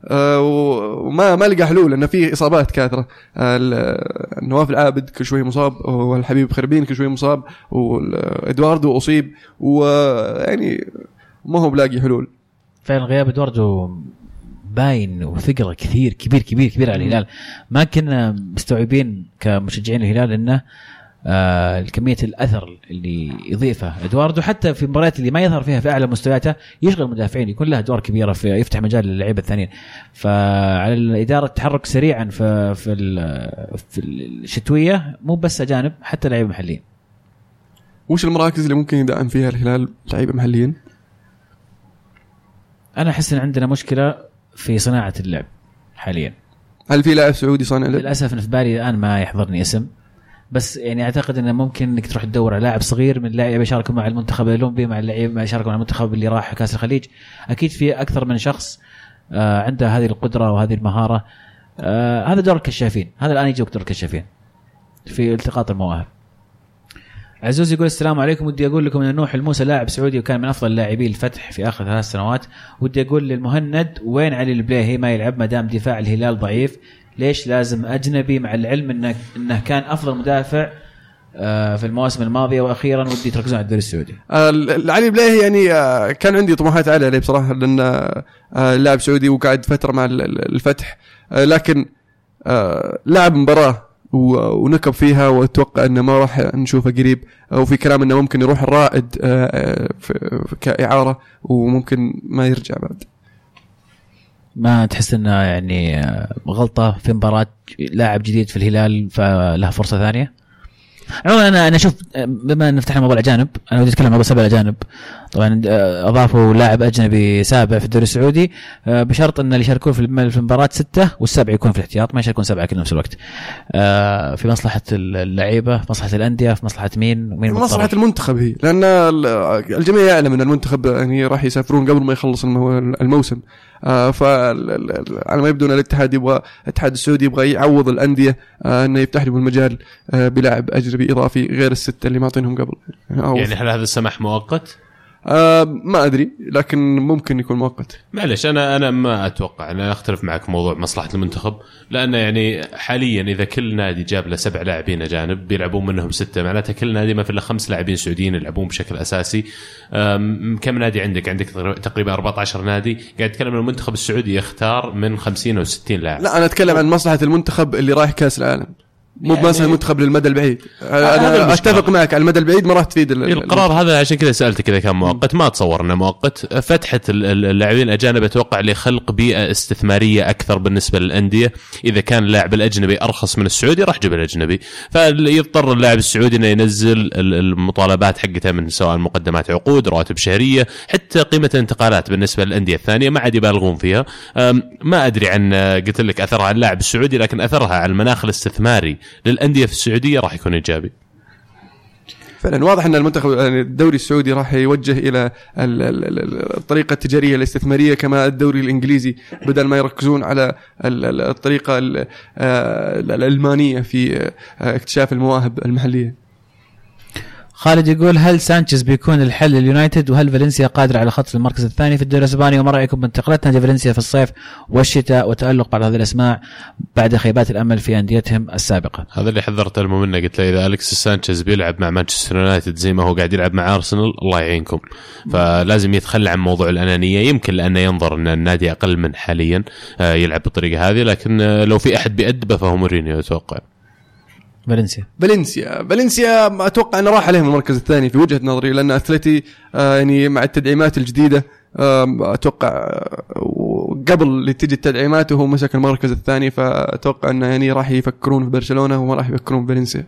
وما ما لقى حلول لأن في إصابات كثرة. النواف العابد كل شوي مصاب والحبيب خربين كل شوي مصاب وإدواردو أصيب ويعني ما هو بلاقي حلول. فعلا غياب إدواردو باين وثقله كثير كبير كبير كبير على الهلال. ما كنا مستوعبين كمشجعين الهلال إنه آه الكمية الأثر اللي يضيفه إدواردو حتى في المباريات اللي ما يظهر فيها في أعلى مستوياته يشغل المدافعين يكون له أدوار كبيرة في يفتح مجال للعيبة الثانيين. فعلى الإدارة التحرك سريعا في في في الشتوية مو بس أجانب حتى لعيبة محليين. وش المراكز اللي ممكن يدعم فيها الهلال لعيبة محليين؟ أنا أحس إن عندنا مشكلة في صناعة اللعب حاليا. هل في لاعب سعودي صانع لعب؟ للأسف في بالي الآن ما يحضرني اسم بس يعني اعتقد انه ممكن انك تروح تدور على لاعب صغير من اللاعب يشارك مع المنتخب الاولمبي مع اللاعب ما يشارك مع المنتخب اللي راح كاس الخليج. اكيد في اكثر من شخص آه عنده هذه القدره وهذه المهاره. آه هذا دور الكشافين. هذا الان يجي دور الكشافين في التقاط المواهب. عزوز يقول السلام عليكم ودي اقول لكم ان نوح الموسى لاعب سعودي وكان من افضل لاعبي الفتح في اخر ثلاث سنوات. ودي اقول للمهند وين علي البليهي ما يلعب ما دام دفاع الهلال ضعيف ليش لازم أجنبي مع العلم إنه إنه كان أفضل مدافع في المواسم الماضية وأخيرا ودي تركزون على الدوري السعودي. علي بليه يعني كان عندي طموحات عالية عليه بصراحة لأن لاعب سعودي وقاعد فترة مع الفتح لكن لعب مباراة ونكب فيها وأتوقع إنه ما راح نشوفه قريب وفي كلام إنه ممكن يروح الرائد كإعارة وممكن ما يرجع بعد. ما تحس انه يعني غلطه في مباراه لاعب جديد في الهلال فله فرصه ثانيه؟ عموما انا انا اشوف بما ان فتحنا موضوع الاجانب انا ودي اتكلم عن سبع الاجانب. طبعا اضافوا لاعب اجنبي سابع في الدوري السعودي بشرط ان اللي يشاركون في المباراه سته والسابع يكون في الاحتياط ما يشاركون سبعه كلهم في نفس الوقت. في مصلحه اللعيبه في مصلحه الانديه في مصلحه مين ومين في مصلحه المنتخب هي لان الجميع يعلم ان المنتخب يعني راح يسافرون قبل ما يخلص الموسم. فعلى ما يبدو ان الاتحاد يبغى الاتحاد السعودي يبغى يعوض الانديه انه يفتح لهم المجال بلاعب اجنبي اضافي غير السته اللي معطينهم قبل. يعني هل هذا السماح مؤقت؟ آه ما أدري لكن ممكن يكون مؤقت. معلش أنا أنا ما أتوقع أنا أختلف معك موضوع مصلحة المنتخب لأن يعني حاليا إذا كل نادي جاب له سبع لاعبين أجانب بيلعبون منهم ستة معناته كل نادي ما في إلا خمس لاعبين سعوديين يلعبون بشكل أساسي. كم نادي عندك عندك تقريبا أربعة عشر نادي قاعد أتكلم عن المنتخب السعودي يختار من خمسين أو ستين لاعب. لا أنا أتكلم عن مصلحة المنتخب اللي رايح كأس العالم مو بمسح المنتخب للمدى البعيد. انا اتفق معك على المدى البعيد ما راح تفيد القرار هذا. عشان كذا سالتك اذا كان مؤقت، ما اتصور انه مؤقت. فتحه اللاعبين الاجانب اتوقع لخلق بيئه استثماريه اكثر بالنسبه للانديه. اذا كان اللاعب الاجنبي ارخص من السعودي راح جيب الاجنبي، فيضطر اللاعب السعودي انه ينزل المطالبات حقته من سواء مقدمات عقود، رواتب شهريه، حتى قيمه الانتقالات بالنسبه للانديه الثانيه ما عاد يبالغون فيها. ما ادري عن قلت لك اثرها على اللاعب السعودي، لكن اثرها على المناخ الاستثماري للانديه في السعوديه راح يكون ايجابي. فعلا واضح ان المنتخب الدوري السعودي راح يوجه الى الطريقه التجاريه الاستثماريه كما الدوري الانجليزي، بدل ما يركزون على الطريقه الالمانيه في اكتشاف المواهب المحليه. خالد يقول هل سانشيز بيكون الحل لليونايتد، وهل فالنسيا قادر على خط المركز الثاني في الدوري الاسباني، وما رايكم بانتقالات نادي فالنسيا في الصيف والشتاء وتالق بعض هذه الاسماء بعد خيبات الامل في انديتهم السابقه؟ هذا اللي حذرت المو منه، قلت له اذا اليكس سانشيز بيلعب مع مانشستر يونايتد زي ما هو قاعد يلعب مع ارسنال الله يعينكم. فلازم يتخلى عن موضوع الانانيه، يمكن لانه ينظر ان النادي اقل من حاليا يلعب بالطريقه هذه، لكن لو في احد بيأدبه فهو مورينيو اتوقع. فالنسيا فالنسيا فالنسيا اتوقع انه راح عليهم المركز الثاني في وجهه نظري، لان اثلتي آه يعني مع التدعيمات الجديده آه اتوقع آه قبل اللي تجي التدعيمات وهو مسك المركز الثاني، فاتوقع انه يعني راح يفكرون في برشلونه وما راح يفكرون في فالنسيا.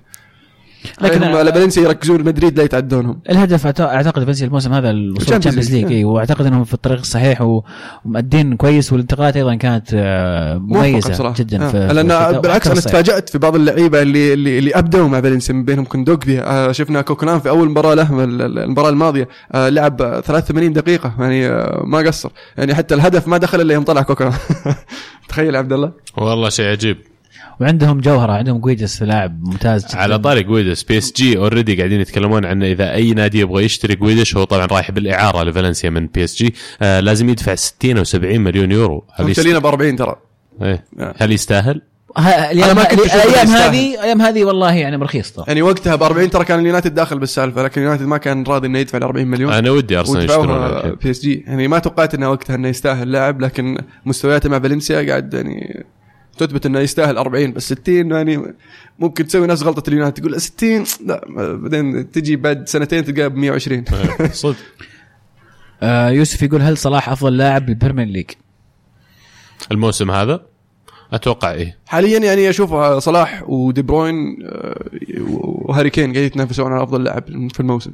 لكن على فالنسيا يركزون مدريد لا يتعدونهم. الهدف اعتقد فالنسيا الموسم هذا الوصول للشامبيونز ليج، اي واعتقد انهم في الطريق الصحيح ومؤدين كويس، والانتقالات ايضا كانت مميزه جدا. آه. في لان بالعكس انا تفاجات في بعض اللعيبه اللي اللي, اللي ابدوا مع فالنسيا، من بينهم كوندوغبي. آه شفنا كوكولان في اول مباراه له المباراه الماضيه آه لعب ثلاثة وثمانين دقيقه، يعني آه ما قصر، يعني حتى الهدف ما دخل الا يوم طلع كوكولان. تخيل عبد الله، والله شيء عجيب. وعندهم جوهره، عندهم جويدس لاعب ممتاز جداً. على طاري جويدس، بي اس جي اوريدي قاعدين يتكلمون عنه، اذا اي نادي يبغى يشتري جويدس هو طبعا رايح بالاعاره لفالنسيا من بي اس جي، آه لازم يدفع ستين أو سبعين مليون يورو. هل يستاهل ب أربعين ترى؟ ايه هل يستاهل؟ انا ما كنت الايام هذه ايام هذه والله يعني برخيص طبعا، يعني وقتها ب أربعين ترى كان اليونايتد داخل بالسالفه، لكن اليونايتد ما كان راضي انه يدفع أربعين مليون. انا ودي ارسنال يشترونه بي اس جي، يعني ما توقعت انه وقتها انه يستاهل لاعب، لكن مستوياته مع فالنسيا قاعد يعني تثبت انه يستاهل أربعين، بس ستين يعني ممكن تسوي نفس غلطه اليونايتد تقول ستين لا، بعدين تجي بعد سنتين تلقى ب مية وعشرين. صدق. آه يوسف يقول هل صلاح افضل لاعب بالبريمير ليج الموسم هذا؟ اتوقع ايه حاليا، يعني اشوف صلاح ودي بروين وهاري كين قاعدين يتنافسون على افضل لاعب في الموسم،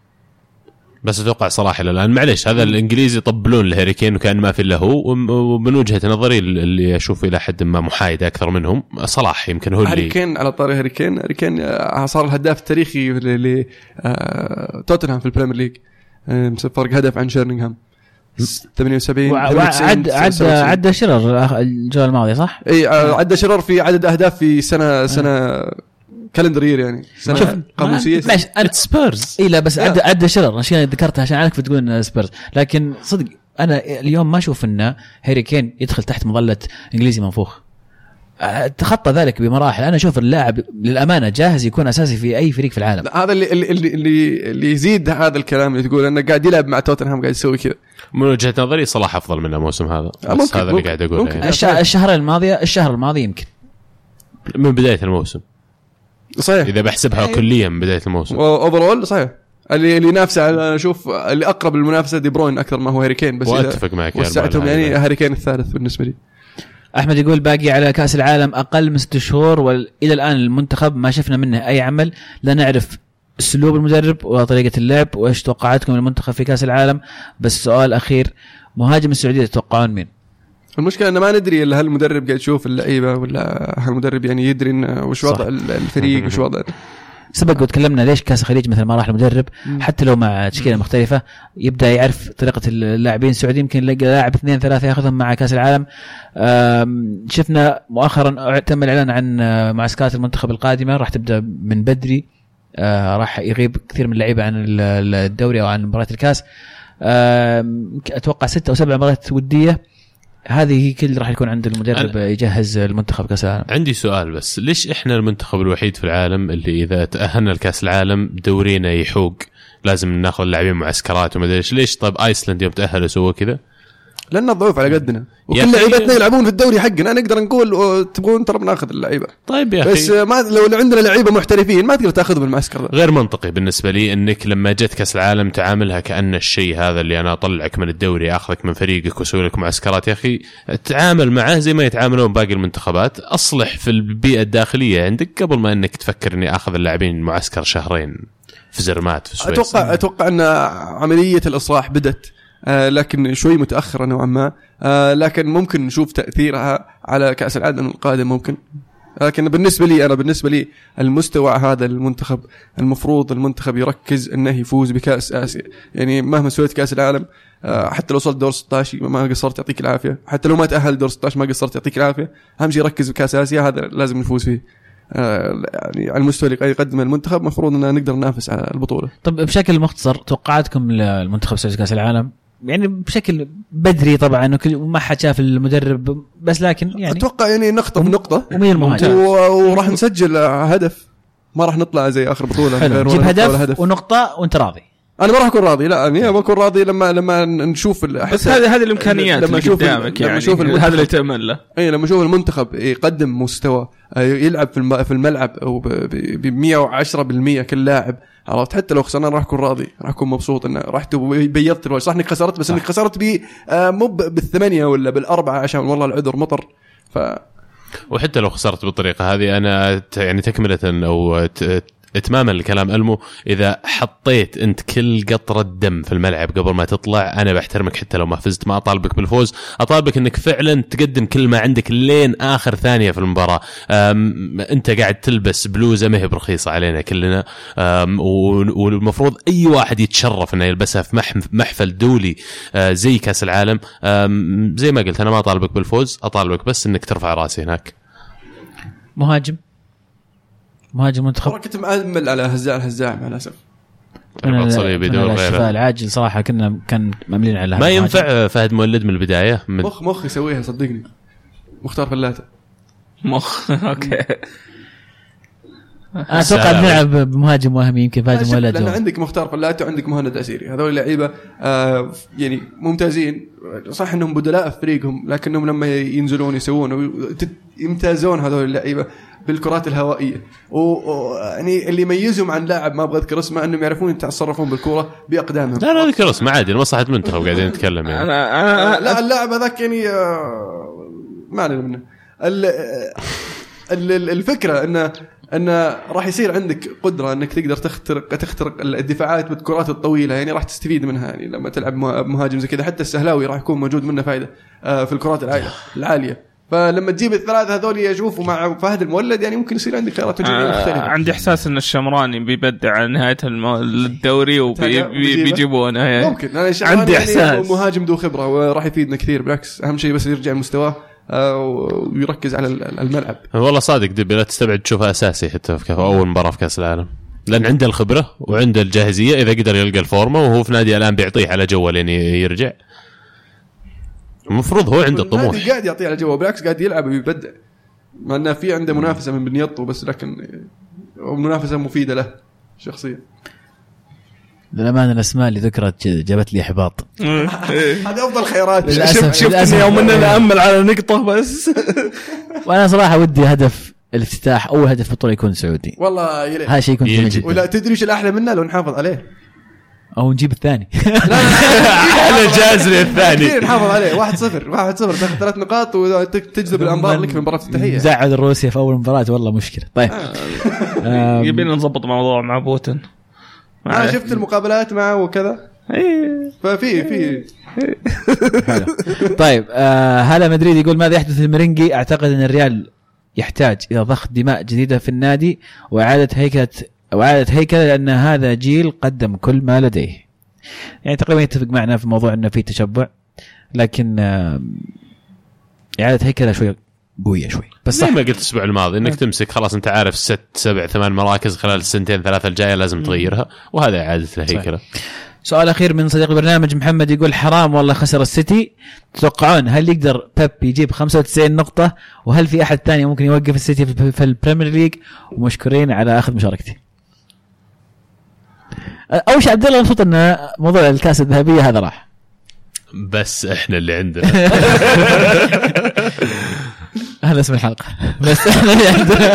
بس اتوقع صلاح الى الان. معليش هذا الانجليزي يطبلون لهاري كين وكان ما في الا هو، ومن وجهه نظري اللي اشوف الى حد ما محايد اكثر منهم صلاح. يمكن هو اللي هاري كين على طاري هاري كين هاري كين صار الهداف التاريخي لتوتنهام في البريمير ليج، فرق هدف عن شيرنينغهام ثمانية وسبعين. عد عد عد شرر الجوله الماضيه صح؟ اي عد شرر في عدد اهداف في سنه سنه كالندر يير، يعني سنه قاموسيه. ماشي سبيرز اي لا بس عد عد شرر اشياء ذكرتها عشان عارف تقول سبيرز، لكن صدق انا اليوم ما اشوف ان هاري كين يدخل تحت مظله انجليزي منفوخ، تخطى ذلك بمراحل. انا اشوف اللاعب للامانه جاهز يكون اساسي في اي فريق في العالم. هذا اللي اللي اللي, اللي يزيد هذا الكلام اللي تقول انه قاعد يلعب مع توتنهام قاعد يسوي كذا. من وجهه نظري صلاح افضل منه الموسم هذا، بس هذا اللي قاعد اقوله. يعني. الشهر الماضي الشهر الماضي يمكن من بدايه الموسم صحيح، اذا بحسبها أيه. كليا من بدايه الموسم اوفرول صحيح. اللي اللي ينافسه انا اشوف اللي اقرب للمنافسه دي بروين اكثر ما هو هاري كين، بس اتفق معك وسعتهم يعني هاري كين الثالث بالنسبه لي. احمد يقول باقي على كاس العالم اقل من ست شهور والى الان المنتخب ما شفنا منه اي عمل، لا نعرف اسلوب المدرب ولا طريقه اللعب. وايش توقعاتكم للمنتخب في كاس العالم؟ بس سؤال اخير، مهاجم السعوديه تتوقعون مين؟ المشكله ان ما ندري الا هل المدرب قاعد يشوف اللعيبه ولا هل المدرب يعني يدري إن وش وضع الفريق وش وضع. سبق وتكلمنا ليش كاس الخليج مثل ما راح المدرب حتى لو مع تشكيله مختلفه يبدا يعرف طريقه اللاعبين السعوديين، يمكن يلاقي لاعب اثنين ثلاثه ياخذهم مع كاس العالم. شفنا مؤخرا تم الاعلان عن معسكرات المنتخب القادمه راح تبدا من بدري، راح يغيب كثير من اللعيبه عن الدوري او عن مباريات الكاس، اتوقع ستة او سبعة مباريات وديه. هذه هي كل راح يكون عند المدرب يجهز المنتخب كاس العالم. عندي سؤال بس، ليش احنا المنتخب الوحيد في العالم اللي اذا تأهلنا لكاس العالم دورينا يحوق لازم ناخذ لاعبين معسكرات وما ادري ايش؟ ليش طيب ايسلند يوم تأهلوا سووا كذا؟ لأن الضعف على قدنا يا وكل أخي- لعيبتنا يلعبون في الدوري حقنا نقدر نقول آه، تبغون ترى بناخذ اللعيبة طيب يا بس اخي آه، ما لو عندنا لعيبة محترفين ما تقدر تاخذهم المعسكر ذا. غير منطقي بالنسبه لي انك لما جت كاس العالم تعاملها كأن الشيء هذا اللي انا اطلعك من الدوري اخذك من فريقك واسوي لك معسكرات. يا اخي تعامل معه زي ما يتعاملون باقي المنتخبات. اصلح في البيئه الداخليه عندك قبل ما انك تفكر اني اخذ اللاعبين معسكر شهرين في زرمات في السويس. اتوقع اتوقع ان عمليه الاصلاح بدت آه لكن شوي متاخره نوعا ما آه لكن ممكن نشوف تاثيرها على كاس العالم القادم ممكن. لكن بالنسبه لي انا بالنسبه لي المستوى هذا المنتخب المفروض المنتخب يركز انه يفوز بكاس اسيا. يعني مهما سويت كاس العالم آه حتى لو وصلت دور ستة عشر ما قصرت يعطيك العافيه. حتى لو ما تاهل دور ستة عشر ما قصرت يعطيك العافيه. اهم شيء ركز بكاس اسيا هذا لازم نفوز فيه. آه يعني على المستوى اللي يقدمه المنتخب مفروض ان نقدر ننافس على البطوله. طب بشكل مختصر توقعاتكم للمنتخب السعودي كاس العالم يعني بشكل بدري طبعا وكل ما حد شاف المدرب بس لكن يعني اتوقع يعني نقطه بنقطه ومين المهاجم وراح نسجل هدف ما راح نطلع زي اخر بطوله حلو. جيب هدف, هدف ونقطه وانت راضي. انا ما راح اكون راضي لا انا ما اكون راضي لما لما نشوف بس هذه هذه الامكانيات لما اللي قدامك يعني هذا اللي تأمل له. اي لما اشوف المنتخب يقدم مستوى يلعب في في الملعب او ب مية وعشرة بالمية كل لاعب عرفت حتى لو خسرنا راح اكون راضي راح اكون مبسوط انه رحت وبيضت الوجه. صح انك خسرت بس انك خسرت ب مو بالثمانية ولا بالأربعة عشان والله العذر مطر. ف وحتى لو خسرت بالطريقه هذه انا يعني تكمله او اتماما لكلام ألمو اذا حطيت انت كل قطره دم في الملعب قبل ما تطلع انا بحترمك حتى لو ما فزت. ما اطالبك بالفوز اطالبك انك فعلا تقدم كل ما عندك لين اخر ثانيه في المباراه. انت قاعد تلبس بلوزه ما هي برخيصه علينا كلنا والمفروض اي واحد يتشرف انه يلبسها في محفل دولي زي كاس العالم. زي ما قلت انا ما اطالبك بالفوز اطالبك بس انك ترفع راسي هناك. مهاجم مهاجم منتخب كنت مأمل على هزاع الهزاع مع الأسف رباط صليبي دور غيره الشفاء العاجل صراحة كنا كان مأملين على ما ينفع فهد مولد من البداية من مخ مخ يسويها صدقني مختار فلاتة مخ أوكي. أنا أتوقع بنلعب بمهاجم وهمي يمكن فهد مولد لأن عندك مختار فلاتة وعندك مهند عسيري هذول لعيبة آه يعني ممتازين. صح إنهم بدلاء في فريقهم لكنهم لما ينزلون يسوون يمتازون هذول اللعيبة بالكرات الهوائيه ويعني اللي يميزهم عن لاعب ما ابغى اذكر اسمه انهم يعرفون يتصرفون بالكره باقدامهم. لا لا اذكر اسمه عادي مصلحه المنتخب قاعدين نتكلم يعني. انا انا لا اللاعب هذاك يعني ما علينا منه. الفكره انه انه راح يصير عندك قدره انك تقدر تخترق تخترق الدفاعات بالكرات الطويله يعني راح تستفيد منها يعني لما تلعب مهاجم زي كذا. حتى السهلاوي راح يكون موجود منه فائده في الكرات العاليه. فلما تجيب الثلاثه هذول يشوفوا مع فهد المولد يعني ممكن يصير عندك خيارات هجوميه مختلفه. عندي احساس ان الشمراني بيبدع على نهايه الدوري وبيجيبوه نهايه ممكن. انا عندي احساس يعني مهاجم ذو خبره وراح يفيدنا كثير. بالعكس اهم شيء بس يرجع لمستواه ويركز على الملعب. والله صادق دبي لا تستبعد تشوفه اساسي حتى في اول مباراه في كاس العالم لان عنده الخبره وعنده الجاهزيه. اذا قدر يلقى الفورمه وهو في نادي الان بيعطيه على جوه لين يرجع المفروض هو عنده طموح. قاعد يعطيه على جوه بالعكس قاعد يلعب ويبدع مع انه في عنده منافسه من بنيطو بس لكن منافسه مفيده له شخصيا. للأمانة الأسماء اللي ذكرت جابت لي إحباط. هذا أفضل خيارات. شفت شفت يوم إننا نأمل على نقطة بس. وأنا صراحة ودي هدف الافتتاح أول هدف بطولة يكون سعودي. والله يلي. هذا شيء كنت جدا. ولا تدري إيش الأحلى منه لو نحافظ عليه. أو نجيب الثاني. أنا جاهز للثاني. نحافظ عليه واحد صفر واحد صفر تاخذ ثلاث نقاط وتجذب الأنظار لك في مباراة افتتاحية. زعل روسيا في أول مباراة والله مشكلة. طيب. يبينا نضبط موضوع مع بوتين. أنا شفت المقابلات معه وكذا. ففي في. طيب آه هلا مدريد يقول ماذا يحدث في المرينجي؟ أعتقد أن الريال يحتاج إلى ضخ دماء جديدة في النادي وإعادة هيكلة وإعادة هيكلة لأن هذا جيل قدم كل ما لديه. يعني تقريبا يتفق معنا في موضوع أنه في تشبع لكن آه إعادة هيكلة شوي قوية شوي. بس زي ما قلت الأسبوع الماضي إنك تمسك خلاص أنت عارف ست سبع ثمان مراكز خلال السنتين ثلاثة الجاية لازم تغيرها وهذا إعادة الهيكلة. سؤال أخير من صديق البرنامج محمد يقول حرام والله خسر السيتي. تتوقعون هل يقدر بيب يجيب خمسة وتسعين نقطة وهل في أحد ثاني ممكن يوقف السيتي في البريمير ليج؟ ومشكورين على أخذ مشاركتي. أول شيء عبد الله مبسوط أن موضوع الكأس الذهبية هذا راح. بس احنا اللي عندنا. هذا اسم الحلقه بس احنا اللي عندنا.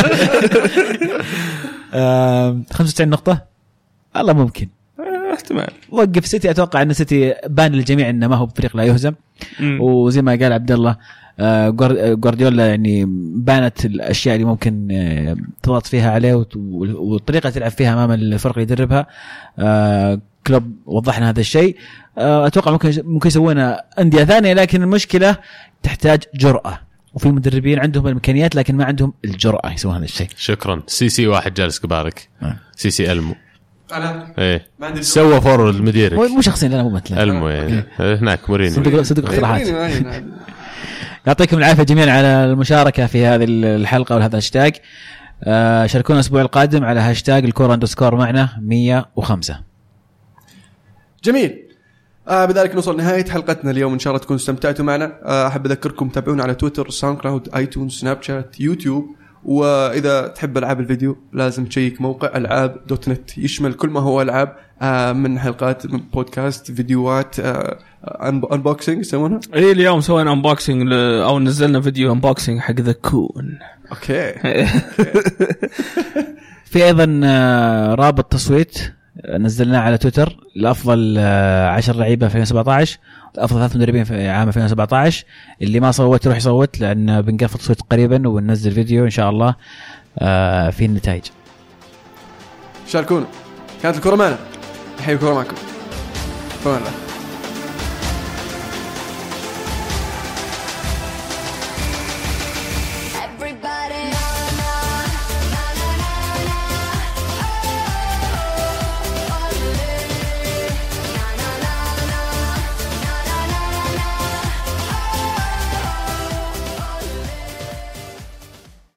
خمسة وتسعين نقطه الله ممكن احتمال. وقف سيتي، اتوقع ان سيتي بان للجميع انه ما هو بفريق لا يهزم. م. وزي ما قال عبد الله جوارديولا يعني بانت الاشياء اللي ممكن تضغط فيها عليه والطريقه تلعب فيها امام الفرق اللي يدربها. كلوب وضحنا هذا الشيء. اتوقع ممكن ممكن يسوونها انديه ثانيه، لكن المشكله تحتاج جرأه، وفي مدربين عندهم الامكانيات لكن ما عندهم الجرأه يسوون هذا الشيء. شكرا. سي سي واحد جالس قبالك. أه. سي سي المو انا ايه سوى فور المدير مو شخصيا انا مو مثله المو يعني هناك مورينيو. صدق صدق اقتراحات. يعطيكم العافيه جميعا على المشاركه في هذه الحلقه وهذا الهاشتاج. آه شاركونا الاسبوع القادم على هاشتاج الكورة اندرسكور معنا مية وخمسة. جميل. آه بذلك نوصل نهاية حلقتنا اليوم، إن شاء الله تكونوا استمتعتوا معنا. آه أحب أذكركم تابعونا على تويتر، ساوند كلاود، آيتونز، سناب شات، يوتيوب. وإذا تحب ألعاب الفيديو لازم تشيك موقع ألعاب دوت نت، يشمل كل ما هو ألعاب آه من حلقات، من بودكاست، فيديوهات، آه أنبوكسينج يسمونها. إيه اليوم سوينا أنبوكسينج ل... أو نزلنا فيديو أنبوكسينج حق ذا كون. أوكي. في أيضا رابط تصويت نزلناه على تويتر لأفضل عشر لعيبة في ألفين وسبعة عشر، أفضل ثلاث مدربين في عام ألفين وسبعة عشر. اللي ما صوت يروح يصوت، لأن بنقفل تصويت قريبا وننزل فيديو إن شاء الله في النتائج. شاركونا. كانت الكرة معنا، نحيي الكرة معكم.